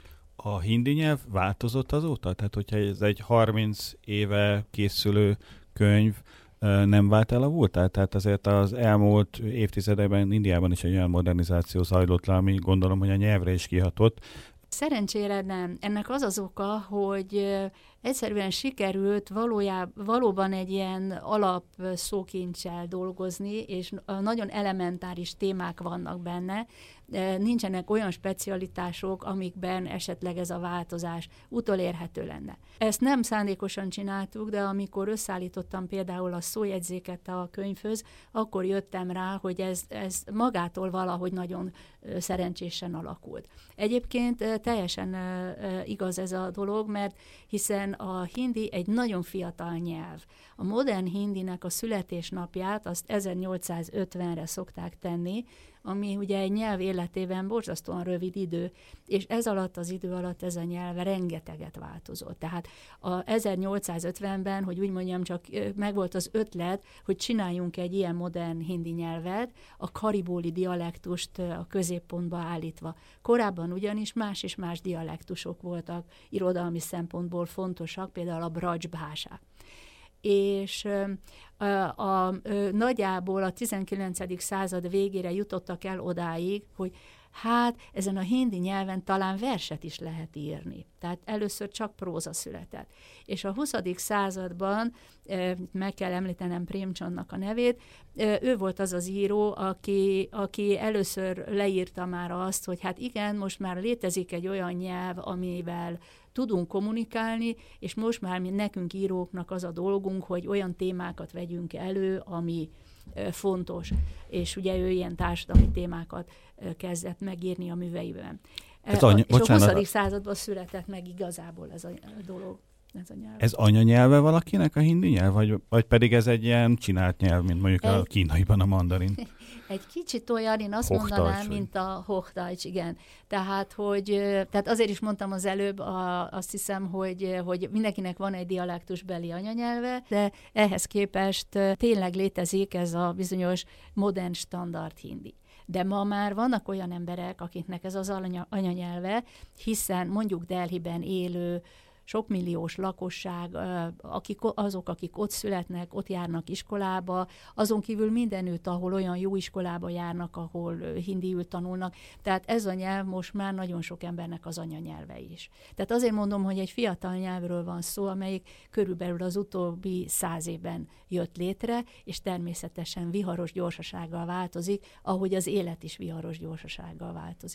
A hindi nyelv változott azóta? Tehát, hogyha ez egy harminc éve készülő könyv, nem vált el a múltát? Tehát azért az elmúlt évtizedekben Indiában is egy olyan modernizáció zajlott le, ami gondolom, hogy a nyelvre is kihatott. Szerencsére nem. Ennek az az oka, hogy egyszerűen sikerült valójában, valóban egy ilyen alapszókincsel dolgozni, és nagyon elementáris témák vannak benne. Nincsenek olyan specialitások, amikben esetleg ez a változás utolérhető lenne. Ezt nem szándékosan csináltuk, de amikor összeállítottam például a szójegyzéket a könyvhöz, akkor jöttem rá, hogy ez, ez magától valahogy nagyon szerencsésen alakult. Egyébként teljesen igaz ez a dolog, mert hiszen a hindi egy nagyon fiatal nyelv. A modern hindinek a születésnapját azt ezernyolcszázötvenre szokták tenni, ami ugye egy nyelv életében borzasztóan rövid idő, és ez alatt az idő alatt ez a nyelv rengeteget változott. Tehát a ezernyolcszázötvenben, hogy úgy mondjam, csak megvolt az ötlet, hogy csináljunk egy ilyen modern hindi nyelvet, a karibóli dialektust a középpontba állítva. Korábban ugyanis más és más dialektusok voltak irodalmi szempontból fontosak, például a brajbhásá. És a, a, a, nagyjából a tizenkilencedik század végére jutottak el odáig, hogy hát ezen a hindi nyelven talán verset is lehet írni. Tehát először csak próza született. És a huszadik században, meg kell említenem Prémcsandnak a nevét, ő volt az az író, aki, aki először leírta már azt, hogy hát igen, most már létezik egy olyan nyelv, amivel tudunk kommunikálni, és most már mi nekünk íróknak az a dolgunk, hogy olyan témákat vegyünk elő, ami fontos, és ugye ő ilyen társadalmi témákat kezdett megírni a műveiben. Ez a, anya, és bocsánat, a huszadik században született meg igazából ez a dolog. Ez, a nyelv. Ez anyanyelve valakinek a hindi nyelv, vagy, vagy pedig ez egy ilyen csinált nyelv, mint mondjuk ez... a kínaiban a mandarin? Egy kicsit olyan, én azt Hochdeutsch, mondanám, vagy? mint a Hochdeutsch, igen. Tehát, hogy, tehát azért is mondtam az előbb, a, azt hiszem, hogy, hogy mindenkinek van egy dialektusbeli anyanyelve, de ehhez képest tényleg létezik ez a bizonyos modern standard hindi. De ma már vannak olyan emberek, akiknek ez az anya, anyanyelve, hiszen mondjuk Delhiben élő sokmilliós lakosság, akik, azok, akik ott születnek, ott járnak iskolába, azon kívül mindenütt, ahol olyan jó iskolába járnak, ahol hindiül tanulnak. Tehát ez a nyelv most már nagyon sok embernek az anyanyelve is. Tehát azért mondom, hogy egy fiatal nyelvről van szó, amelyik körülbelül az utóbbi száz évben jött létre, és természetesen viharos gyorsasággal változik, ahogy az élet is viharos gyorsasággal változik.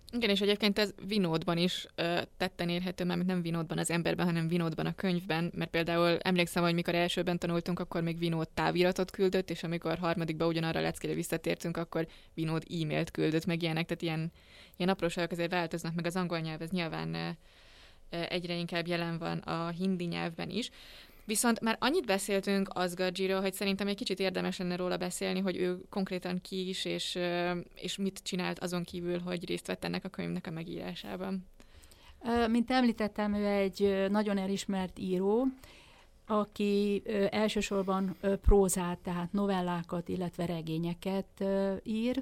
Igen, és egyébként ez Vinódban is ö, tetten érhető, mert nem Vinódban az emberben, hanem Vinódban a könyvben, mert például emlékszem, hogy mikor elsőben tanultunk, akkor még Vinód táviratot küldött, és amikor harmadikba ugyanarra a leckére visszatértünk, akkor Vinód e-mailt küldött, meg ilyenek, tehát ilyen, ilyen apróságok azért változnak, meg az angol nyelv, ez nyilván ö, ö, egyre inkább jelen van a hindi nyelvben is. Viszont már annyit beszéltünk Asgardjiról, hogy szerintem egy kicsit érdemes lenne róla beszélni, hogy ő konkrétan ki is, és, és mit csinált azon kívül, hogy részt vett ennek a könyvnek a megírásában. Mint említettem, ő egy nagyon elismert író, aki elsősorban prózát, tehát novellákat, illetve regényeket ír,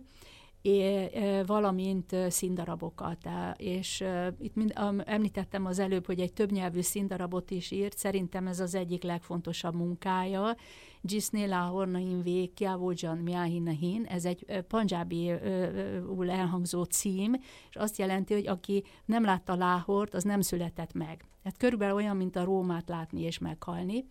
valamint színdarabokat. És itt mind, említettem az előbb, hogy egy többnyelvű színdarabot is írt, szerintem ez az egyik legfontosabb munkája. Jisne Lahore Nahin Kya Wo Jan Myahin Nahin, ez egy pandzsábiul elhangzó cím, és azt jelenti, hogy aki nem látta Láhort, az nem született meg. Hát körülbelül olyan, mint a Rómát látni és meghalni.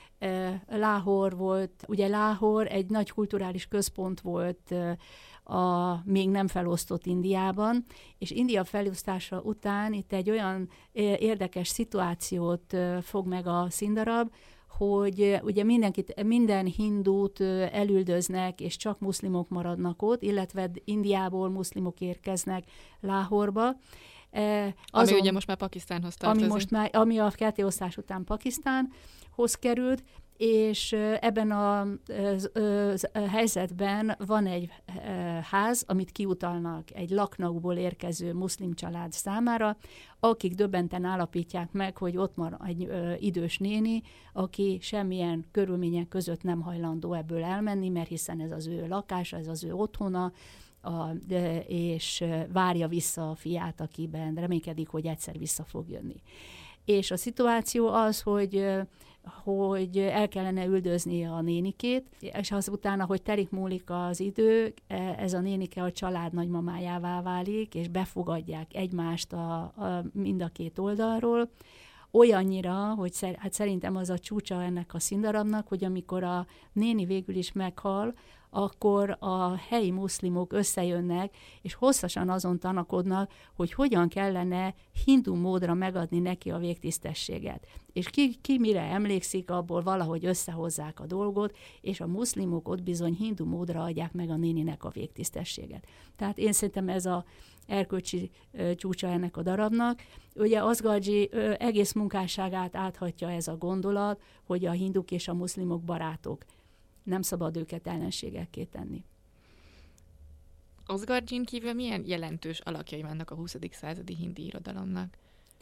Láhor volt, ugye Láhor egy nagy kulturális központ volt a még nem felosztott Indiában, és India felosztása után itt egy olyan érdekes szituációt fog meg a színdarab, hogy ugye mindenkit, minden hindút elüldöznek, és csak muszlimok maradnak ott, illetve Indiából muszlimok érkeznek Láhorba. Azon, ami ugye most már Pakisztánhoz tartozik. Ami, most már, ami a kettéosztás után Pakisztánhoz került, és ebben a, a, a helyzetben van egy ház, amit kiutalnak egy Laknauból érkező muszlim család számára, akik döbbenten állapítják meg, hogy ott van egy ö, idős néni, aki semmilyen körülmények között nem hajlandó ebből elmenni, mert hiszen ez az ő lakása, ez az ő otthona, A, de, és várja vissza a fiát, akiben reménykedik, hogy egyszer vissza fog jönni. És a szituáció az, hogy, hogy el kellene üldözni a nénikét, és azután, ahogy telik múlik az idő, ez a nénike a család nagymamájává válik, és befogadják egymást a, a, mind a két oldalról, olyannyira, hogy szer, hát szerintem az a csúcsa ennek a színdarabnak, hogy amikor a néni végül is meghal, akkor a helyi muszlimok összejönnek, és hosszasan azon tanakodnak, hogy hogyan kellene hindu módra megadni neki a végtisztességet. És ki, ki mire emlékszik, abból valahogy összehozzák a dolgot, és a muszlimok ott bizony hindu módra adják meg a néninek a végtisztességet. Tehát én szerintem ez a erkölcsi ö, csúcsa ennek a darabnak. Ugye Asgardji ö, egész munkásságát áthatja ez a gondolat, hogy a hinduk és a muszlimok barátok. Nem szabad őket ellenségekké tenni. Asgardjin kívül milyen jelentős alakjai vannak a huszadik századi hindi irodalomnak?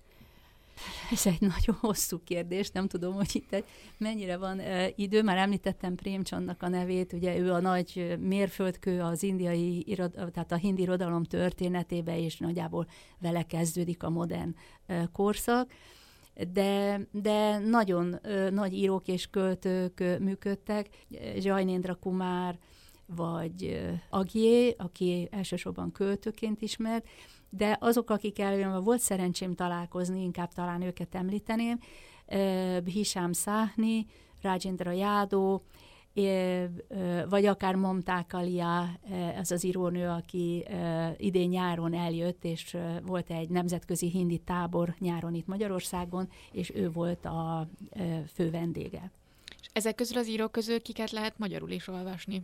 Ez egy nagyon hosszú kérdés, nem tudom, hogy itt mennyire van uh, idő. Már említettem Prémcsandnak a nevét, ugye ő a nagy mérföldkő az indiai, irod- tehát a hindi irodalom történetébe, és nagyjából vele kezdődik a modern uh, korszak. De, de nagyon ö, nagy írók és költők ö, működtek, Jainendra Kumar, vagy ö, Agyé, aki elsősorban költőként ismert, de azok, akik előbb volt szerencsém találkozni, inkább talán őket említeném, ö, Bhisham Sahni, Rajendra Yadav, vagy akár Mamta Kalia, ez az írónő, aki idén nyáron eljött, és volt egy nemzetközi hindi tábor nyáron itt Magyarországon, és ő volt a fő vendége. És ezek közül az írók közül kiket lehet magyarul is olvasni?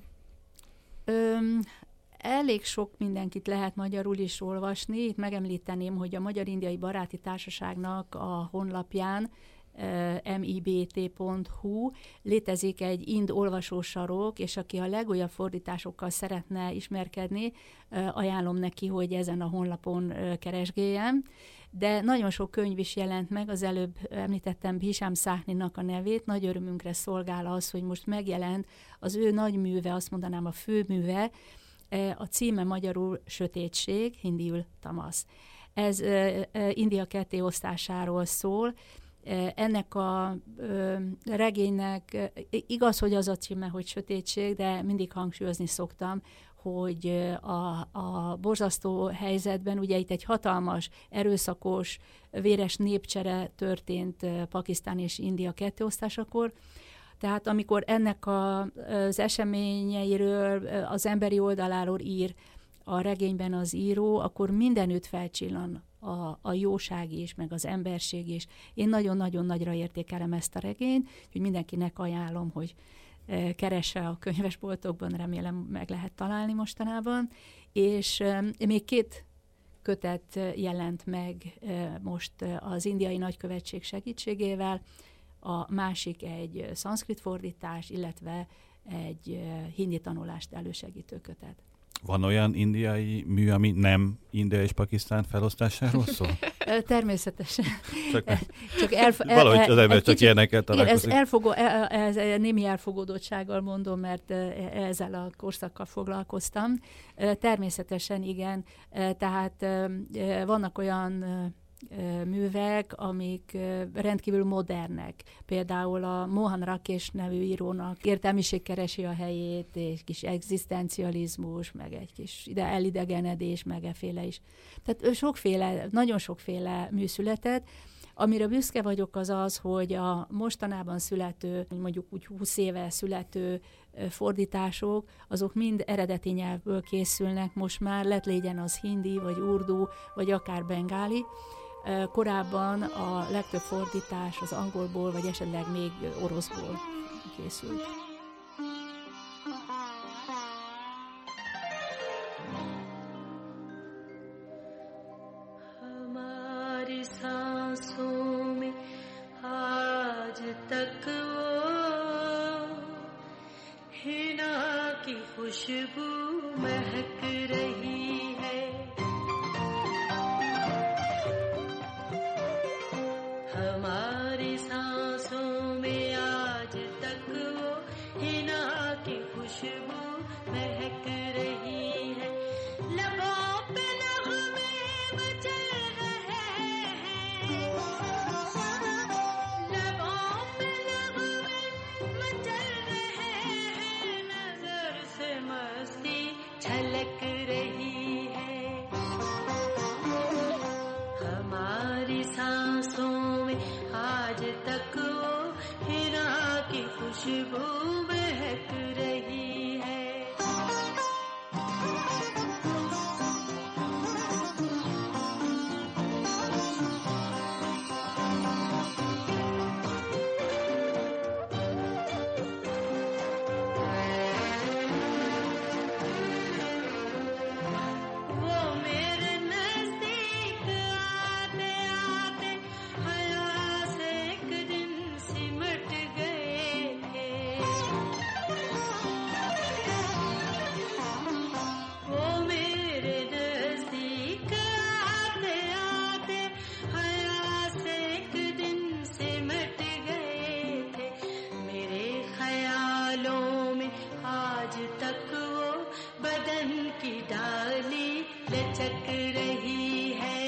Öm, elég sok mindenkit lehet magyarul is olvasni. Itt megemlíteném, hogy a Magyar-Indiai Baráti Társaságnak a honlapján em i bé té pont hu létezik egy ind olvasósarok, és aki a legújabb fordításokkal szeretne ismerkedni, ajánlom neki, hogy ezen a honlapon keresgéljen. De nagyon sok könyv is jelent meg, az előbb említettem Bhisham Sahninak a nevét, nagy örömünkre szolgál az, hogy most megjelent az ő nagy műve, azt mondanám a főműve, a címe magyarul Sötétség, hindiül Tamasz. Ez India kettéosztásáról szól. Ennek a ö, regénynek igaz, hogy az a címe, hogy Sötétség, de mindig hangsúlyozni szoktam, hogy a, a borzasztó helyzetben, ugye itt egy hatalmas, erőszakos, véres népcsere történt Pakisztán és India kettéosztásakor, tehát amikor ennek a, az eseményeiről, az emberi oldaláról ír a regényben az író, akkor mindenütt felcsillan a, a jóság is, meg az emberség is. Én nagyon-nagyon nagyra értékelem ezt a regényt, úgyhogy mindenkinek ajánlom, hogy keresse a könyvesboltokban, remélem meg lehet találni mostanában. És még két kötet jelent meg most az indiai nagykövetség segítségével, a másik egy szanszkrit fordítás, illetve egy hindi tanulást elősegítő kötet. Van olyan indiai mű, ami nem India és Pakisztán felosztásáról szól? Természetesen. Csak, csak elf- valahogy az ember csak kicsit, ilyenekkel találkozik. Igen, ez, elfogó, ez, ez némi elfogódottsággal mondom, mert ezzel a korszakkal foglalkoztam. Természetesen igen, tehát vannak olyan művek, amik rendkívül modernek. Például a Mohan Rakesh nevű írónak értelmiség keresi a helyét, egy kis egzisztencializmus, meg egy kis ide elidegenedés, meg efféle is. Tehát sokféle, nagyon sokféle mű született. Amire büszke vagyok az az, hogy a mostanában születő, mondjuk úgy húsz éve születő fordítások, azok mind eredeti nyelvből készülnek most már, lett legyen az hindi, vagy urdu, vagy akár bengáli. Korábban a legtöbb fordítás az angolból, vagy esetleg még oroszból készült. हमारी सांसों में आज तक वो हिना की खुशबू महक रही है हमारी सांसों में आज तक वो हिना की खुशबू महक रही है लबों पे नगमे मचल रहे हैं लबों पे नगमे मचल रहे हैं नजर से मस्ती झलक रही है हमारी सांसों में आज तक वो हिना की खुशबू महक रही है वो मेरे नजदीक आते आते हया से एक दिन सिमट गए थे वो मेरे नजदीक आते आते हया से एक दिन सिमट गए थे मेरे ख्यालों में आज तक वो बदन की डाली लचक रही है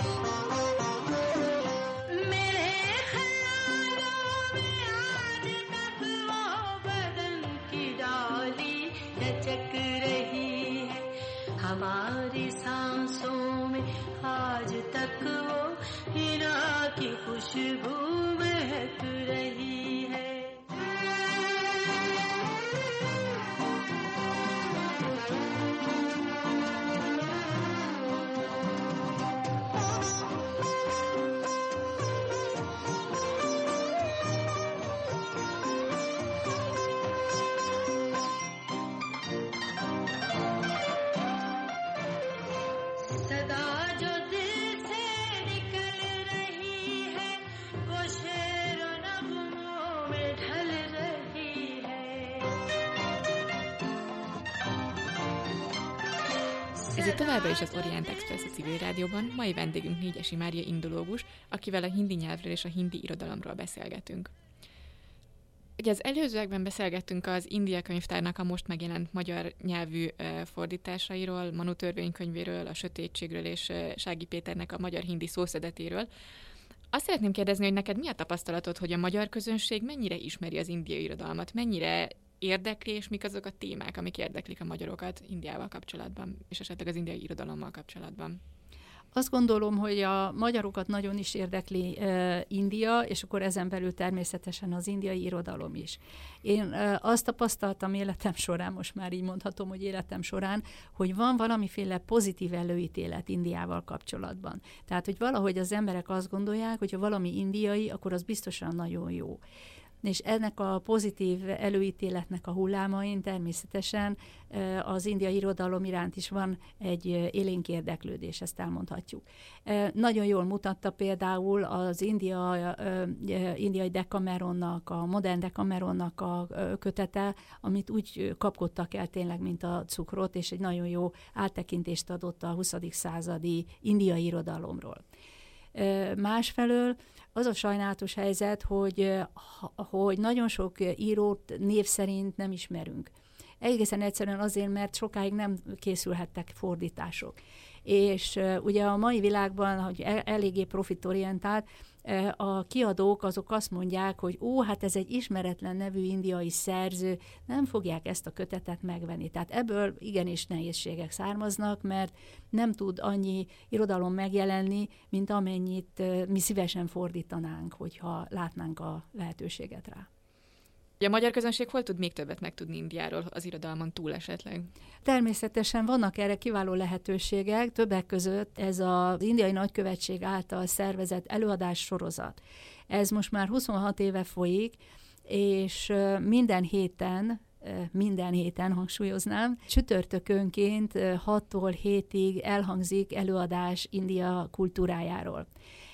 मेरे ख्यालों में आज तक वो बदन की डाली लचक रही है हमारी सांसों में आज तक वो हिना की खुशबू महक रही है सदा जो दिल से निकल रही है वो शेर नगमों में ढल रही है Ez itt továbbra is az Orient Express a Civil Rádióban, mai vendégünk Nyígyesi Mária indológus, akivel a hindi nyelvről és a hindi irodalomról beszélgetünk. Ugye az előzőekben beszélgettünk az India könyvtárnak a most megjelent magyar nyelvű fordításairól, Manu törvénykönyvéről, a sötétségről és Sági Péternek a magyar-hindi szószedetéről. Azt szeretném kérdezni, hogy neked mi a tapasztalatod, hogy a magyar közönség mennyire ismeri az indiai irodalmat, mennyire érdekli, és mik azok a témák, amik érdeklik a magyarokat Indiával kapcsolatban, és esetleg az indiai irodalommal kapcsolatban? Azt gondolom, hogy a magyarokat nagyon is érdekli uh, India, és akkor ezen belül természetesen az indiai irodalom is. Én uh, azt tapasztaltam életem során, most már így mondhatom, hogy életem során, hogy van valamiféle pozitív előítélet Indiával kapcsolatban. Tehát, hogy valahogy az emberek azt gondolják, hogy ha valami indiai, akkor az biztosan nagyon jó. És ennek a pozitív előítéletnek a hullámain természetesen az indiai irodalom iránt is van egy élénk érdeklődés, ezt elmondhatjuk. Nagyon jól mutatta például az India, indiai Decameronnak, a modern Decameronnak a kötete, amit úgy kapkodtak el tényleg, mint a cukrot, és egy nagyon jó áttekintést adott a huszadik századi indiai irodalomról. Másfelől az a sajnálatos helyzet, hogy, hogy nagyon sok írót név szerint nem ismerünk. Egészen egyszerűen azért, mert sokáig nem készülhettek fordítások. És ugye a mai világban, hogy eléggé profitorientált, a kiadók azok azt mondják, hogy ó, hát ez egy ismeretlen nevű indiai szerző, nem fogják ezt a kötetet megvenni. Tehát ebből igenis nehézségek származnak, mert nem tud annyi irodalom megjelenni, mint amennyit mi szívesen fordítanánk, hogyha látnánk a lehetőséget rá. A magyar közönség hol tud még többet megtudni Indiáról az irodalmon túl esetleg? Természetesen vannak erre kiváló lehetőségek, többek között ez az indiai nagykövetség által szervezett előadás sorozat. Ez most már huszonhat éve folyik, és minden héten, minden héten hangsúlyoznám, csütörtökönként hattól hétig elhangzik előadás India kultúrájáról.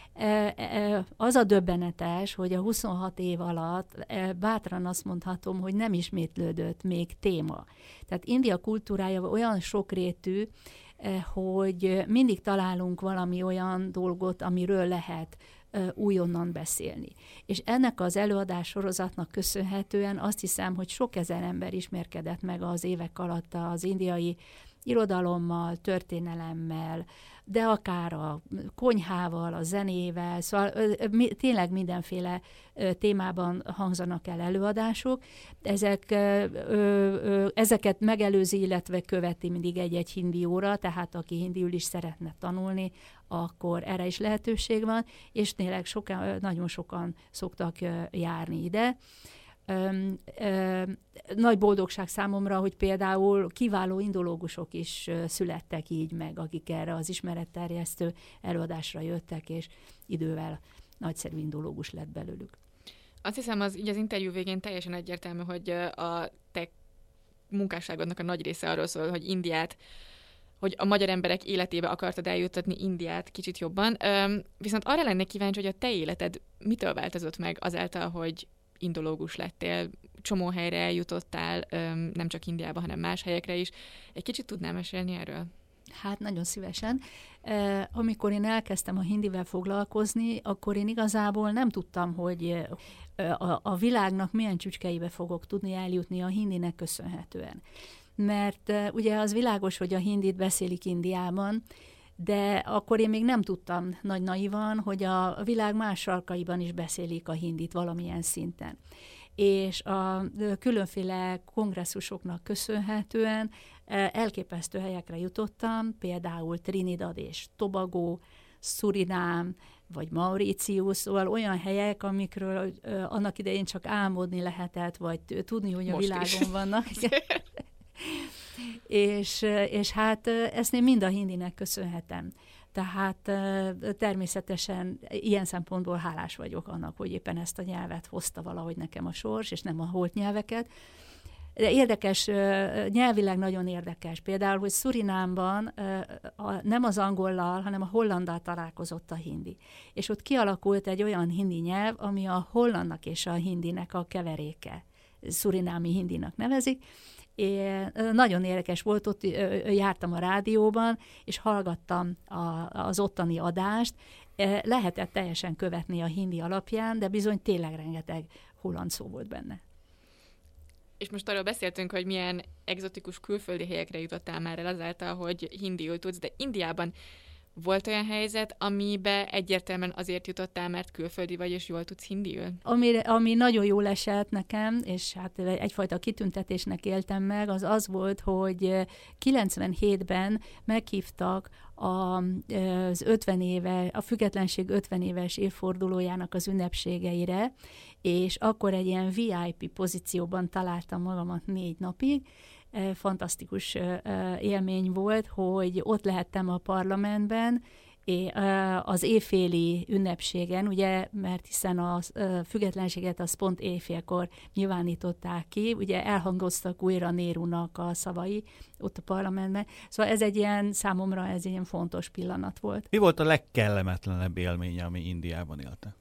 Az a döbbenetes, hogy a huszonhat év alatt bátran azt mondhatom, hogy nem ismétlődött még téma. Tehát India kultúrája olyan sokrétű, hogy mindig találunk valami olyan dolgot, amiről lehet újonnan beszélni. És ennek az előadás sorozatnak köszönhetően azt hiszem, hogy sok ezer ember ismerkedett meg az évek alatt az indiai irodalommal, történelemmel, de akár a konyhával, a zenével, szóval tényleg mindenféle témában hangzanak el előadások. Ezek, ezeket megelőzi, illetve követi mindig egy-egy hindi óra, tehát aki hindiül is szeretne tanulni, akkor erre is lehetőség van, és tényleg sokan, nagyon sokan szoktak járni ide. Ö, ö, nagy boldogság számomra, hogy például kiváló indológusok is születtek így meg, akik erre az ismeretterjesztő előadásra jöttek, és idővel nagyszerű indológus lett belőlük. Azt hiszem, az, így az interjú végén teljesen egyértelmű, hogy a te munkásságodnak a nagy része arról szól, hogy Indiát, hogy a magyar emberek életébe akartad eljuttatni Indiát kicsit jobban. Üm, viszont arra lennék kíváncsi, hogy a te életed mitől változott meg azáltal, hogy indológus lettél, csomó helyre eljutottál, nem csak Indiába, hanem más helyekre is. Egy kicsit tudnál mesélni erről? Hát nagyon szívesen. Amikor én elkezdtem a hindivel foglalkozni, akkor én igazából nem tudtam, hogy a világnak milyen csücskeibe fogok tudni eljutni a hindinek köszönhetően. Mert ugye az világos, hogy a hindit beszélik Indiában, de akkor én még nem tudtam nagy naivan, hogy a világ más sarkaiban is beszélik a hindit valamilyen szinten. És a különféle kongresszusoknak köszönhetően elképesztő helyekre jutottam, például Trinidad és Tobago, Surinám, vagy Mauritius, szóval olyan helyek, amikről annak idején csak álmodni lehetett, vagy tudni, hogy a Most világon is. vannak. és, és hát ezt én mind a hindinek köszönhetem. Tehát természetesen ilyen szempontból hálás vagyok annak, hogy éppen ezt a nyelvet hozta valahogy nekem a sors, és nem a holt nyelveket. De érdekes, nyelvileg nagyon érdekes. Például, hogy Szurinámban nem az angollal, hanem a hollanddal találkozott a hindi. És ott kialakult egy olyan hindi nyelv, ami a hollandnak és a hindinek a keveréke. Szurinámi hindinak nevezik. É, nagyon érdekes volt, ott jártam a rádióban, és hallgattam a, az ottani adást. Lehetett teljesen követni a hindi alapján, de bizony tényleg rengeteg holland szó volt benne. És most arról beszéltünk, hogy milyen egzotikus külföldi helyekre jutottál már el azáltal, hogy hindiül tudsz, de Indiában Volt olyan helyzet, amibe egyértelműen azért jutottál, mert külföldi vagy, és jól tudsz hindiül? Ami, ami nagyon jól esett nekem, és hát egyfajta kitüntetésnek éltem meg, az az volt, hogy kilencvenhétben meghívtak a, az ötven éve, a függetlenség ötven éves évfordulójának az ünnepségeire, és akkor egy ilyen vé i pé pozícióban találtam magamat négy napig. Fantasztikus élmény volt, hogy ott lehettem a parlamentben, az éjféli ünnepségen, ugye, mert hiszen a függetlenséget az pont éjfélkor nyilvánították ki, ugye elhangoztak újra Nehrunak a szavai ott a parlamentben, szóval ez egy ilyen, számomra ez egy ilyen fontos pillanat volt. Mi volt a legkellemetlenebb élménye, ami Indiában élte?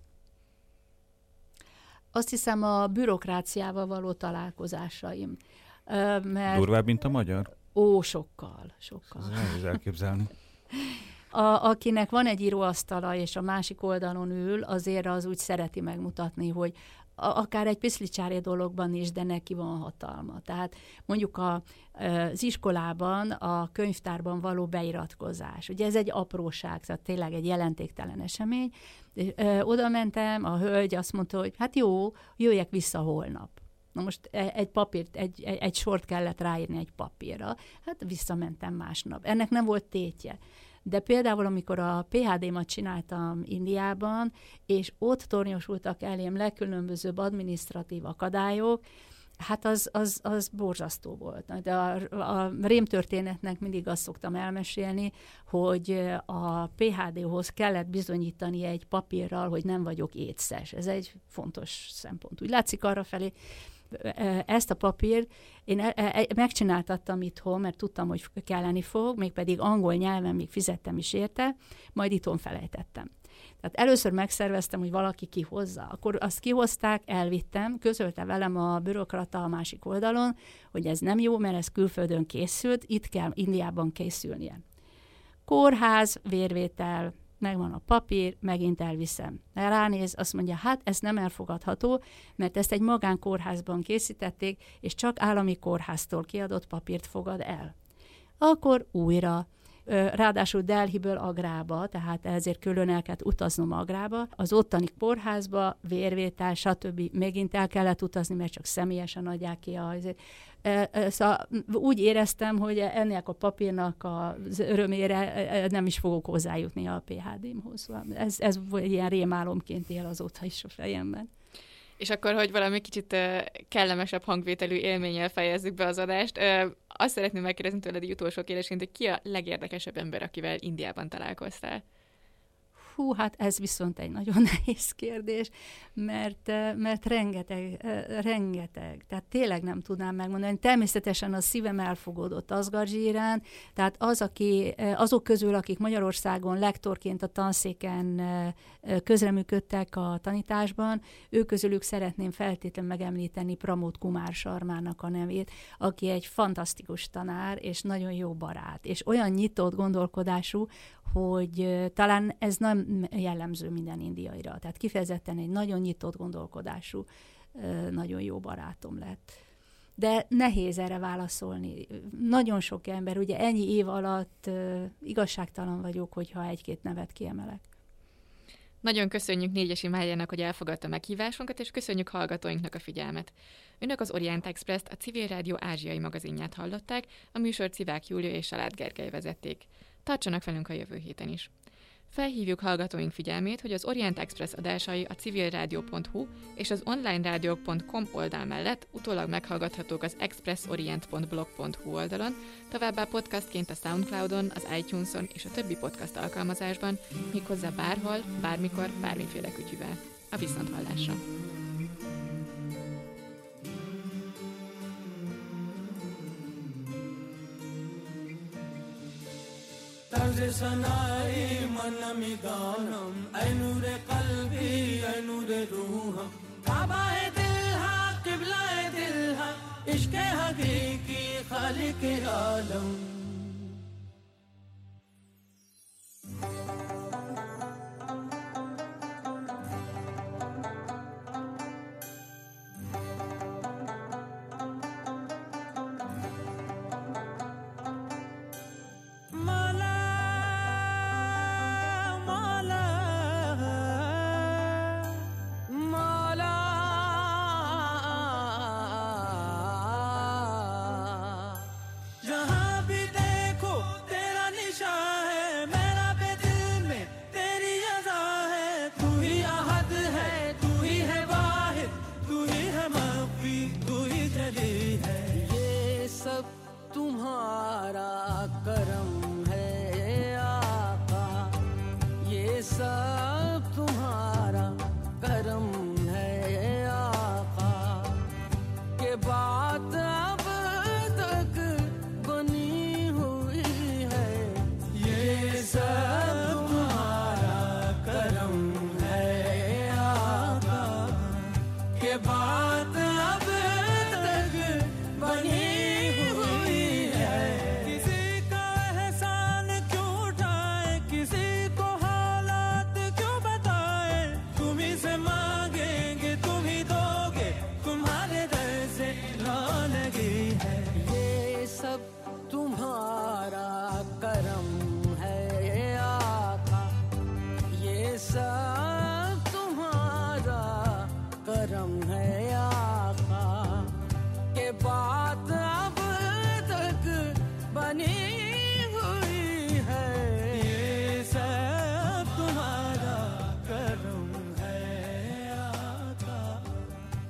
Azt hiszem a bürokráciával való találkozásaim. Mert... Durvább, mint a magyar? Ó, sokkal, sokkal. Ez nehéz elképzelni. A, akinek van egy íróasztala, és a másik oldalon ül, azért az úgy szereti megmutatni, hogy a, akár egy piszlicsári dologban is, de neki van hatalma. Tehát mondjuk a, az iskolában, a könyvtárban való beiratkozás. Ugye ez egy apróság, tehát tényleg egy jelentéktelen esemény. Oda mentem, a hölgy azt mondta, hogy hát jó, jöjjek vissza holnap. Na most egy papírt, egy, egy, egy sort kellett ráírni egy papírra, hát visszamentem másnap. Ennek nem volt tétje. De például, amikor a pé há dé-mat csináltam Indiában, és ott tornyosultak elém legkülönbözőbb adminisztratív akadályok, hát az, az, az borzasztó volt. De a, a rémtörténetnek mindig azt szoktam elmesélni, hogy a pé há dé-hoz kellett bizonyítani egy papírral, hogy nem vagyok étszes. Ez egy fontos szempont. Úgy látszik arrafelé, ezt a papírt én megcsináltattam itthon, mert tudtam, hogy kelleni fog, mégpedig angol nyelven még fizettem is érte, majd itthon felejtettem. Tehát először megszerveztem, hogy valaki kihozza. Akkor azt kihozták, elvittem, közölte velem a bürokrata a másik oldalon, hogy ez nem jó, mert ez külföldön készült, itt kell Indiában készülnie. Kórház, vérvétel, megvan a papír, megint elviszem. Ránéz, azt mondja, hát ez nem elfogadható, mert ezt egy magánkórházban készítették, és csak állami kórháztól kiadott papírt fogad el. Akkor újra, ráadásul Delhiből Agrába, tehát ezért külön el kellett utaznom Agrába, az ottani kórházba, vérvétel, stb. Megint el kellett utazni, mert csak személyesen adják ki a... Szóval úgy éreztem, hogy ennek a papírnak az örömére nem is fogok hozzájutni a pé há dé-mhoz. Szóval ez, ez ilyen rémálomként él azóta is a fejemben. És akkor, hogy valami kicsit uh, kellemesebb hangvételű élménnyel fejezzük be az adást, uh, azt szeretném megkérdezni tőled egy utolsó kérdésként, hogy ki a legérdekesebb ember, akivel Indiában találkoztál? Hú, hát ez viszont egy nagyon nehéz kérdés, mert, mert rengeteg, rengeteg, tehát tényleg nem tudnám megmondani. Természetesen a szívem elfogódott Asghar iránt, tehát az, aki, azok közül, akik Magyarországon lektorként a tanszéken közreműködtek a tanításban, ők közülük szeretném feltétlenül megemlíteni Pramod Kumar Sharmának a nevét, aki egy fantasztikus tanár, és nagyon jó barát, és olyan nyitott gondolkodású, hogy talán ez nem jellemző minden indiaira. Tehát kifejezetten egy nagyon nyitott gondolkodású, nagyon jó barátom lett. De nehéz erre válaszolni. Nagyon sok ember, ugye ennyi év alatt igazságtalan vagyok, hogyha egy-két nevet kiemelek. Nagyon köszönjük Négyesi Máriának, hogy elfogadta meghívásunkat, és köszönjük hallgatóinknak a figyelmet. Önök az Orient Express-t, a Civil Rádió ázsiai magazinját hallották, a műsort Szivák Júlia és Salád Gergely vezették. Tartsanak velünk a jövő héten is. Felhívjuk hallgatóink figyelmét, hogy az Orient Express adásai a civilradio pont hu és az onlinerádiók pont com oldal mellett utólag meghallgathatók az expressorient pont blog pont hu oldalon, továbbá podcastként a Soundcloudon, az iTunes-on és a többi podcast alkalmazásban, méghozzá bárhol, bármikor, bármiféle kütyüvel. A viszonthallásra! طرز سنائی من میدانم ای نور قلبی ای نور روحم کعبہ دل ہا قبلہ دل ہا عشق حقیقی خالق عالم तुम्हारा